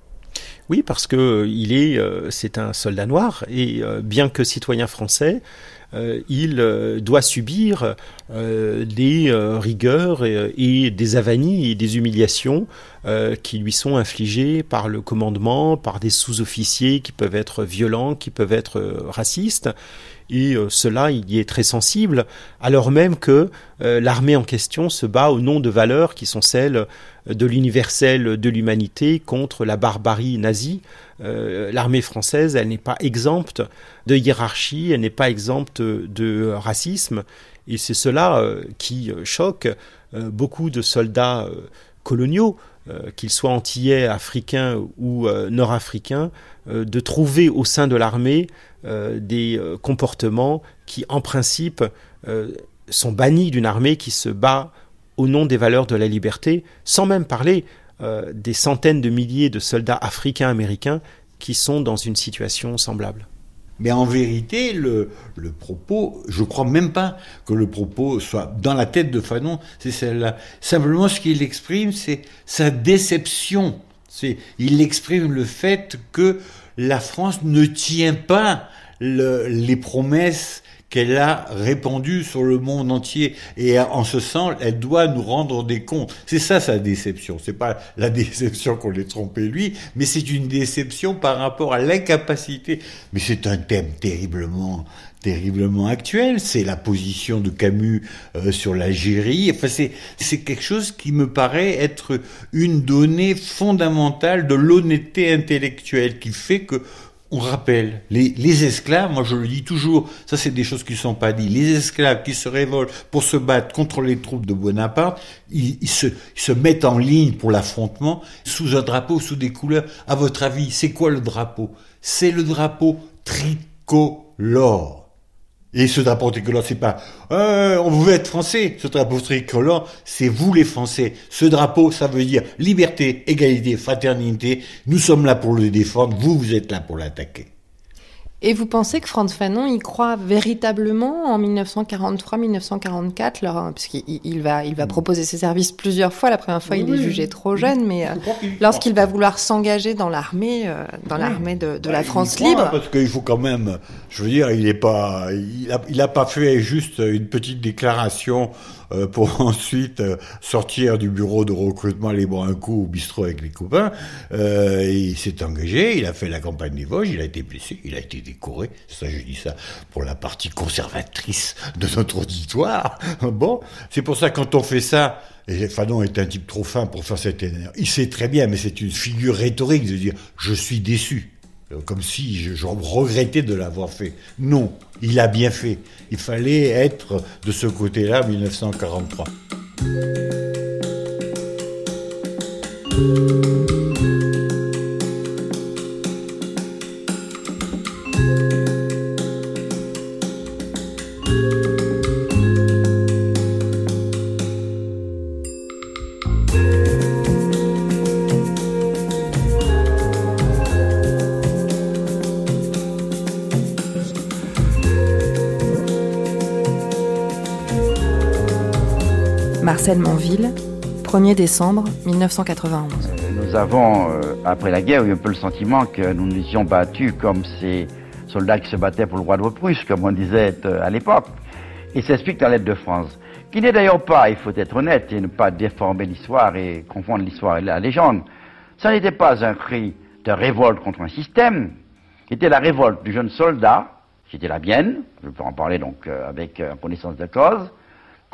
Oui, parce que il est, euh, c'est un soldat noir et euh, bien que citoyen français, euh, il euh, doit subir euh, des euh, rigueurs et, et des avanies et des humiliations euh, qui lui sont infligées par le commandement, par des sous-officiers qui peuvent être violents, qui peuvent être euh, racistes. Et euh, cela, il y est très sensible, alors même que euh, l'armée en question se bat au nom de valeurs qui sont celles de l'universel de l'humanité contre la barbarie nazie. Euh, l'armée française, elle n'est pas exempte de hiérarchie, elle n'est pas exempte de racisme, et c'est cela euh, qui choque euh, beaucoup de soldats euh, coloniaux, euh, qu'ils soient antillais, africains ou euh, nord-africains, euh, de trouver au sein de l'armée euh, des euh, comportements qui, en principe, euh, sont bannis d'une armée qui se bat au nom des valeurs de la liberté, sans même parler euh, des centaines de milliers de soldats africains-américains qui sont dans une situation semblable. Mais en vérité, le, le propos, je ne crois même pas que le propos soit dans la tête de Fanon, c'est celle-là. Simplement, ce qu'il exprime, c'est sa déception. C'est, il exprime le fait que la France ne tient pas le, les promesses qu'elle a répandues sur le monde entier. Et en ce sens, elle doit nous rendre des comptes. C'est ça sa déception. C'est pas la déception qu'on l'ait trompé lui, mais c'est une déception par rapport à l'incapacité. Mais c'est un thème terriblement, terriblement actuel. C'est la position de Camus euh, sur l'Algérie. Enfin, c'est, c'est quelque chose qui me paraît être une donnée fondamentale de l'honnêteté intellectuelle qui fait que on rappelle, les, les esclaves, moi je le dis toujours, ça c'est des choses qui ne sont pas dites, les esclaves qui se révoltent pour se battre contre les troupes de Bonaparte, ils, ils, se, ils se mettent en ligne pour l'affrontement sous un drapeau, sous des couleurs. À votre avis, c'est quoi le drapeau ? C'est le drapeau tricolore. Et ce drapeau tricolore, c'est pas euh, on veut être français. Ce drapeau tricolore, c'est vous les Français. Ce drapeau, ça veut dire liberté, égalité, fraternité. Nous sommes là pour le défendre. Vous, vous êtes là pour l'attaquer. Et vous pensez que Frantz Fanon y croit véritablement en dix-neuf cent quarante-trois dix-neuf cent quarante-quatre, leur, puisqu'il il va, il va proposer ses services plusieurs fois. La première fois, oui, il est jugé trop jeune, mais euh, lorsqu'il va vouloir s'engager dans l'armée, euh, dans oui. l'armée de, de ouais, la France croit, libre, parce qu'il faut quand même, je veux dire, il est pas, il a, il a pas fait juste une petite déclaration euh, pour ensuite euh, sortir du bureau de recrutement, aller boire un coup au bistrot avec les copains. Euh, il s'est engagé, il a fait la campagne des Vosges, il a été blessé, il a été décoré. Ça, je dis ça pour la partie conservatrice de notre auditoire. Bon, c'est pour ça que quand on fait ça, et Fanon est un type trop fin pour faire cette énergie. Il sait très bien, mais c'est une figure rhétorique de dire « je suis déçu ». Comme si je, je regrettais de l'avoir fait. Non, il a bien fait. Il fallait être de ce côté-là en dix-neuf cent quarante-trois. Marcel Monville, premier décembre mille neuf cent quatre-vingt-onze. Nous avons, euh, après la guerre, eu un peu le sentiment que nous nous étions battus comme ces soldats qui se battaient pour le roi de Prusse, comme on disait euh, à l'époque. Et ça explique la lettre de France, qui n'est d'ailleurs pas, il faut être honnête, et ne pas déformer l'histoire et confondre l'histoire et la légende. Ça n'était pas un cri de révolte contre un système, c'était la révolte du jeune soldat, qui était la mienne, je peux en parler donc euh, avec euh, connaissance de cause,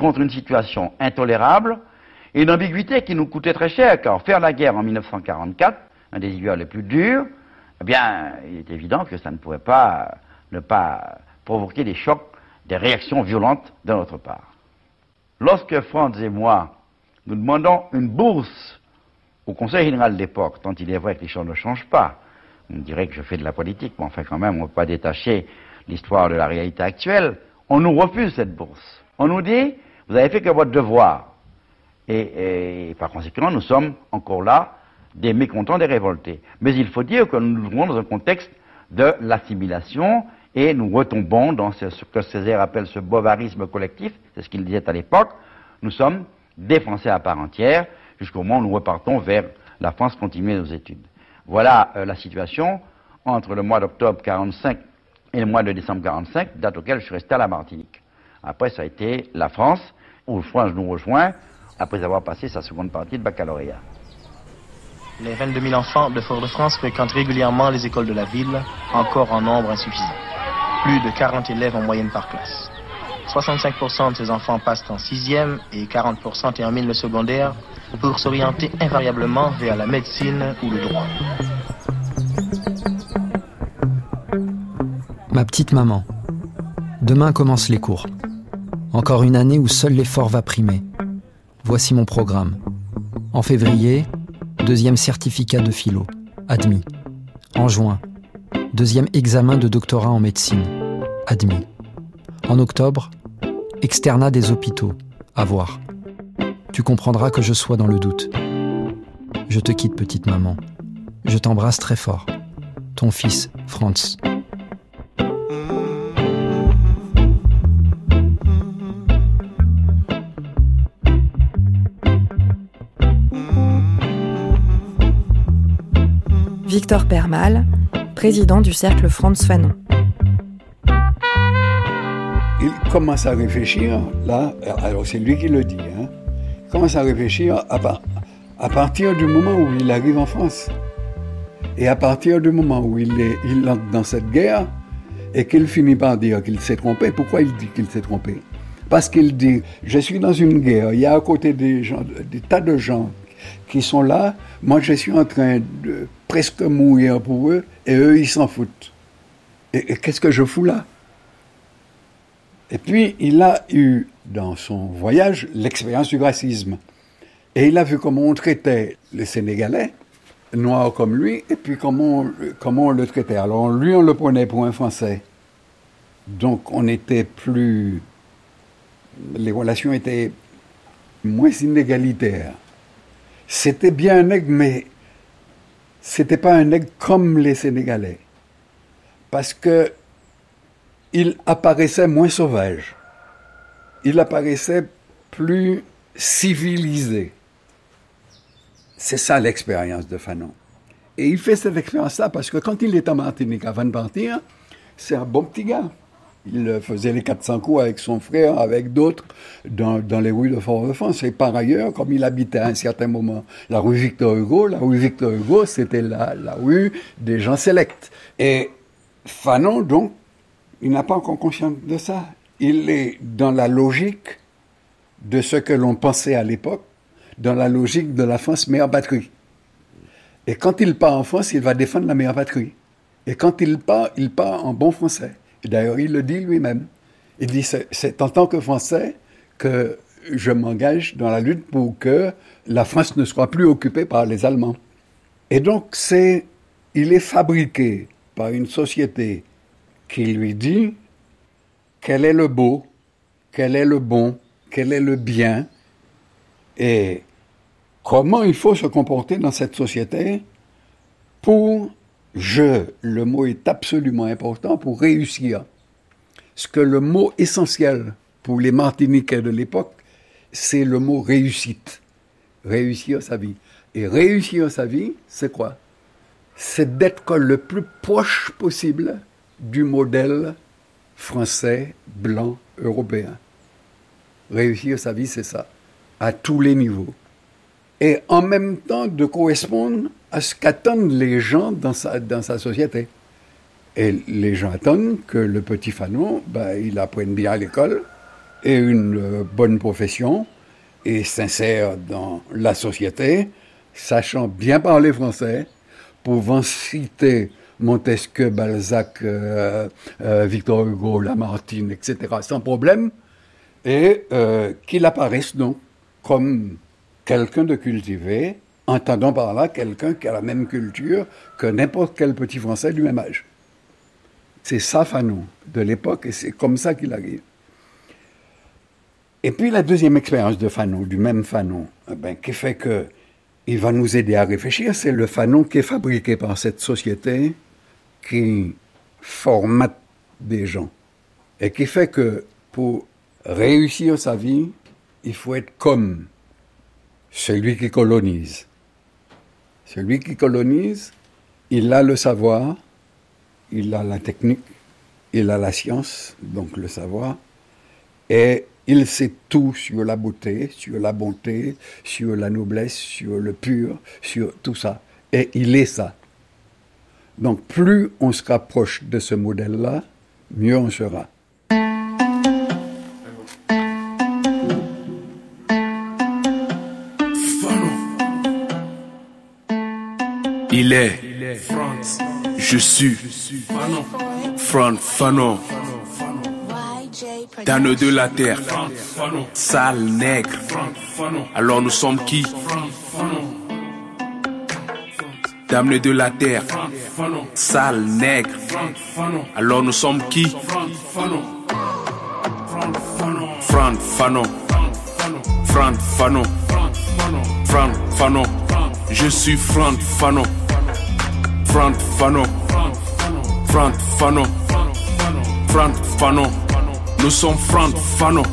contre une situation intolérable et une ambiguïté qui nous coûtait très cher, car faire la guerre en mille neuf cent quarante-quatre, un des hivers les plus durs, eh bien, il est évident que ça ne pouvait pas ne pas provoquer des chocs, des réactions violentes de notre part. Lorsque Franz et moi, nous demandons une bourse au Conseil général de l'époque, tant il est vrai que les choses ne changent pas, on dirait que je fais de la politique, mais enfin quand même, on ne peut pas détacher l'histoire de la réalité actuelle, on nous refuse cette bourse. On nous dit, vous avez fait que votre devoir. Et, et, et par conséquent, nous sommes encore là, des mécontents, des révoltés. Mais il faut dire que nous nous trouvons dans un contexte de l'assimilation et nous retombons dans ce, ce que Césaire appelle ce bovarisme collectif, c'est ce qu'il disait à l'époque. Nous sommes des Français à part entière, jusqu'au moment où nous repartons vers la France continuer nos études. Voilà euh, la situation entre le mois d'octobre quarante-cinq et le mois de décembre quarante-cinq, date auquel je suis resté à la Martinique. Après, ça a été la France, où France nous rejoint, après avoir passé sa seconde partie de baccalauréat. Les vingt-deux mille enfants de Fort-de-France fréquentent régulièrement les écoles de la ville, encore en nombre insuffisant. Plus de quarante élèves en moyenne par classe. soixante-cinq pour cent de ces enfants passent en sixième et quarante pour cent terminent le secondaire pour s'orienter invariablement vers la médecine ou le droit. Ma petite maman. Demain commencent les cours. Encore une année où seul l'effort va primer. Voici mon programme. En février, deuxième certificat de philo, admis. En juin, deuxième examen de doctorat en médecine, admis. En octobre, externat des hôpitaux, à voir. Tu comprendras que je sois dans le doute. Je te quitte, petite maman. Je t'embrasse très fort. Ton fils, Franz. Victor Permal, président du cercle Frantz Fanon. Il commence à réfléchir, là, alors c'est lui qui le dit, hein, il commence à réfléchir à, par, à partir du moment où il arrive en France. Et à partir du moment où il, est, il entre dans cette guerre, et qu'il finit par dire qu'il s'est trompé. Pourquoi il dit qu'il s'est trompé? Parce qu'il dit, je suis dans une guerre, il y a à côté des, gens, des tas de gens qui sont là, moi je suis en train de presque mourir pour eux, et eux ils s'en foutent. Et, et qu'est-ce que je fous là? Et puis il a eu dans son voyage l'expérience du racisme. Et il a vu comment on traitait les Sénégalais, noirs comme lui, et puis comment, comment on le traitait. Alors lui on le prenait pour un Français. Donc on était plus... Les relations étaient moins inégalitaires. C'était bien un nègre, mais c'était pas un nègre comme les Sénégalais. Parce que il apparaissait moins sauvage. Il apparaissait plus civilisé. C'est ça l'expérience de Fanon. Et il fait cette expérience-là parce que quand il est en Martinique avant de partir, c'est un bon petit gars. Il faisait les quatre cents coups avec son frère, avec d'autres, dans, dans les rues de Fort-de-France. Et par ailleurs, comme il habitait à un certain moment la rue Victor Hugo, la rue Victor Hugo, c'était la, la rue des gens sélects. Et Fanon, donc, il n'a pas encore conscience de ça. Il est dans la logique de ce que l'on pensait à l'époque, dans la logique de la France meilleure patrie. Et quand il part en France, il va défendre la meilleure patrie. Et quand il part, il part en bon français. Et d'ailleurs, il le dit lui-même. Il dit, c'est, c'est en tant que Français que je m'engage dans la lutte pour que la France ne soit plus occupée par les Allemands. Et donc, c'est, il est fabriqué par une société qui lui dit quel est le beau, quel est le bon, quel est le bien, et comment il faut se comporter dans cette société pour... Je, le mot est absolument important pour réussir. Ce que le mot essentiel pour les Martiniquais de l'époque, c'est le mot réussite. Réussir sa vie. Et réussir sa vie, c'est quoi? C'est d'être le plus proche possible du modèle français, blanc, européen. Réussir sa vie, c'est ça. À tous les niveaux. Et en même temps de correspondre à ce qu'attendent les gens dans sa, dans sa société. Et les gens attendent que le petit Fanon, ben, il apprenne bien à l'école, ait une euh, bonne profession et s'insère dans la société, sachant bien parler français, pouvant citer Montesquieu, Balzac, euh, euh, Victor Hugo, Lamartine, et cetera, sans problème, et euh, qu'il apparaisse donc comme quelqu'un de cultivé, entendant par là quelqu'un qui a la même culture que n'importe quel petit Français du même âge. C'est ça Fanon de l'époque, et c'est comme ça qu'il arrive. Et puis la deuxième expérience de Fanon, du même Fanon, eh ben, qui fait que il va nous aider à réfléchir, c'est le Fanon qui est fabriqué par cette société qui formate des gens et qui fait que pour réussir sa vie, il faut être comme celui qui colonise. Celui qui colonise, il a le savoir, il a la technique, il a la science, donc le savoir, et il sait tout sur la beauté, sur la bonté, sur la noblesse, sur le pur, sur tout ça. Et il est ça. Donc plus on se rapproche de ce modèle-là, mieux on sera. Il est, je suis, Frantz Fanon, damneux de la terre, sale nègre, alors nous sommes qui? Damnés de la terre, sale nègre, alors nous sommes qui? Frantz Fanon, Frantz Fanon, Frantz Fanon, je suis Frantz Fanon, Frantz Fanon, Frantz Fanon, Frantz Fanon, nous sommes Frantz Fanon.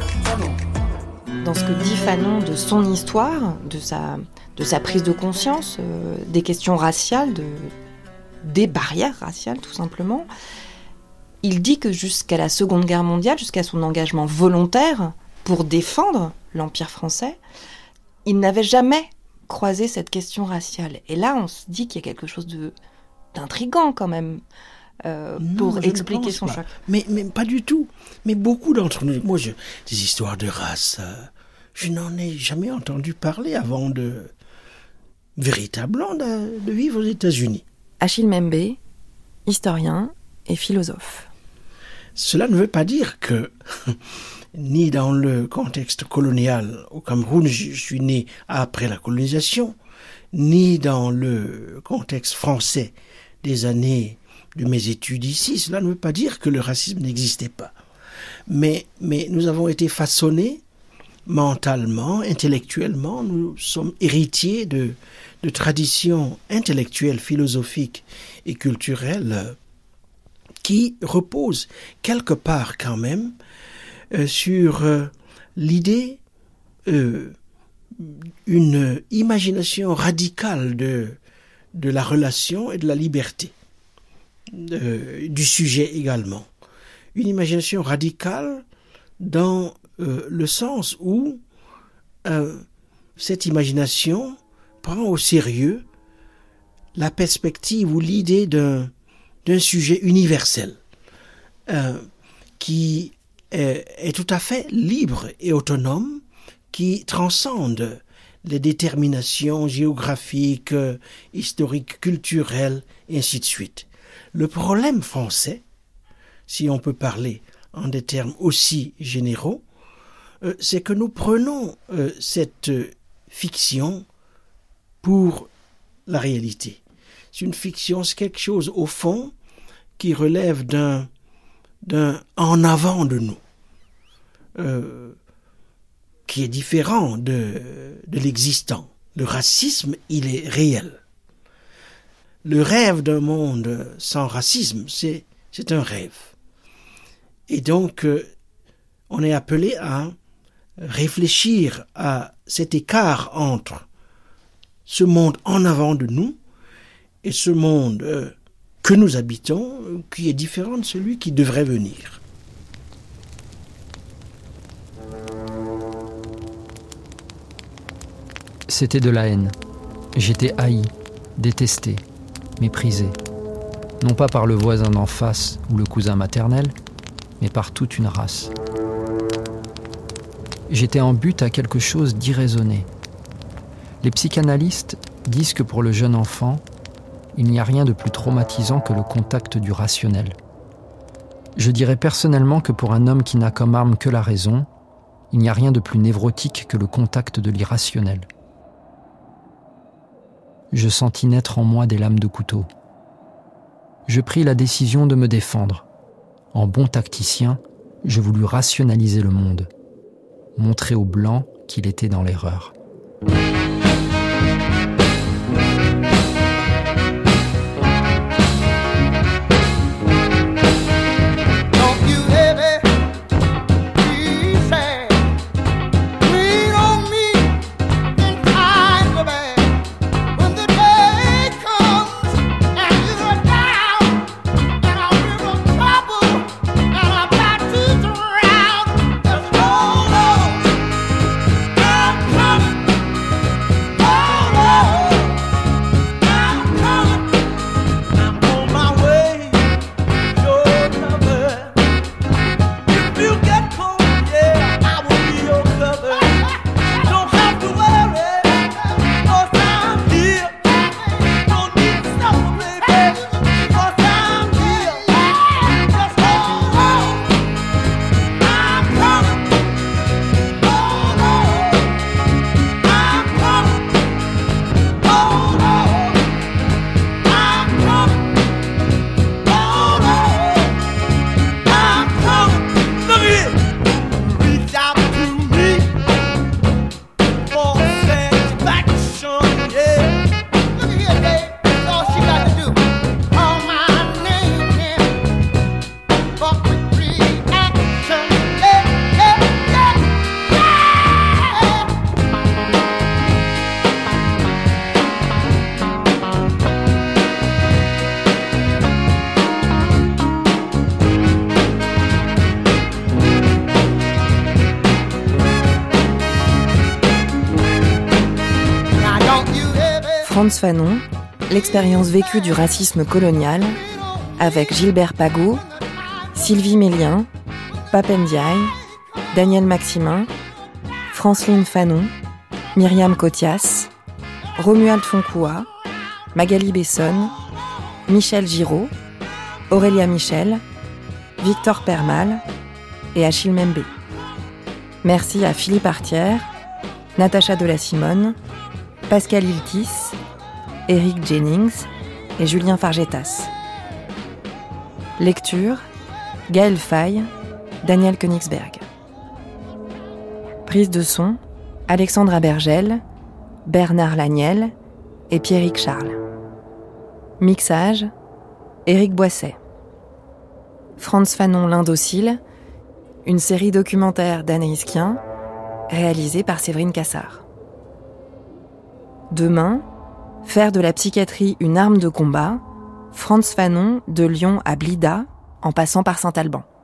Dans ce que dit Fanon de son histoire, de sa, de sa prise de conscience, euh, des questions raciales, de, des barrières raciales tout simplement, il dit que jusqu'à la Seconde Guerre mondiale, jusqu'à son engagement volontaire pour défendre l'Empire français, il n'avait jamais croisé cette question raciale. Et là, on se dit qu'il y a quelque chose de, d'intriguant quand même. Euh, non, pour expliquer son pas. choc. Mais, mais pas du tout. Mais beaucoup d'entre nous, moi, je, des histoires de race, euh, je n'en ai jamais entendu parler avant de véritablement de, de vivre aux États-Unis. Achille Mbembe, historien et philosophe. Cela ne veut pas dire que ni dans le contexte colonial au Cameroun, je suis né après la colonisation, ni dans le contexte français des années de mes études ici, cela ne veut pas dire que le racisme n'existait pas. Mais, mais nous avons été façonnés mentalement, intellectuellement, nous sommes héritiers de, de traditions intellectuelles, philosophiques et culturelles qui reposent quelque part quand même euh, sur euh, l'idée, euh, une imagination radicale de, de la relation et de la liberté. Euh, du sujet également. Une imagination radicale dans euh, le sens où euh, cette imagination prend au sérieux la perspective ou l'idée d'un, d'un sujet universel euh, qui est, est tout à fait libre et autonome, qui transcende les déterminations géographiques, euh, historiques, culturelles, et ainsi de suite. Le problème français, si on peut parler en des termes aussi généraux, euh, c'est que nous prenons euh, cette euh, fiction pour la réalité. C'est une fiction, c'est quelque chose au fond qui relève d'un, d'un en avant de nous, euh, qui est différent de, de l'existant. Le racisme, il est réel. Le rêve d'un monde sans racisme, c'est, c'est un rêve. Et donc, euh, on est appelé à réfléchir à cet écart entre ce monde en avant de nous et ce monde euh, que nous habitons, euh, qui est différent de celui qui devrait venir. C'était de la haine. J'étais haï, détesté, méprisé. Non pas par le voisin d'en face ou le cousin maternel, mais par toute une race. j'étais en butte à quelque chose d'irraisonné. Les psychanalystes disent que pour le jeune enfant, il n'y a rien de plus traumatisant que le contact du rationnel. Je dirais personnellement que pour un homme qui n'a comme arme que la raison, il n'y a rien de plus névrotique que le contact de l'irrationnel. Je sentis naître en moi des lames de couteau. Je pris la décision de me défendre. En bon tacticien, je voulus rationaliser le monde, montrer aux Blancs qu'il était dans l'erreur. Frantz Fanon, l'expérience vécue du racisme colonial, avec Gilbert Pagot, Sylvie Mélien, Pape Ndiaye, Daniel Maximin, Franceline Fanon, Myriam Cotias, Romuald Foncoua, Magali Besson, Michel Giraud, Aurélia Michel, Victor Permal et Achille Mbembe. Merci à Philippe Artière, Natacha de la Simone, Pascal Iltis, Eric Jennings et Julien Fargetas. Lecture, Gaël Faye, Daniel Königsberg. Prise de son, Alexandra Bergel, Bernard Laniel et Pierrick Charles. Mixage, Éric Boisset. Frantz Fanon l'Indocile, une série documentaire d'Anaïs Kien, réalisée par Séverine Cassard. Demain, faire de la psychiatrie une arme de combat, Frantz Fanon de Lyon à Blida, en passant par Saint-Alban.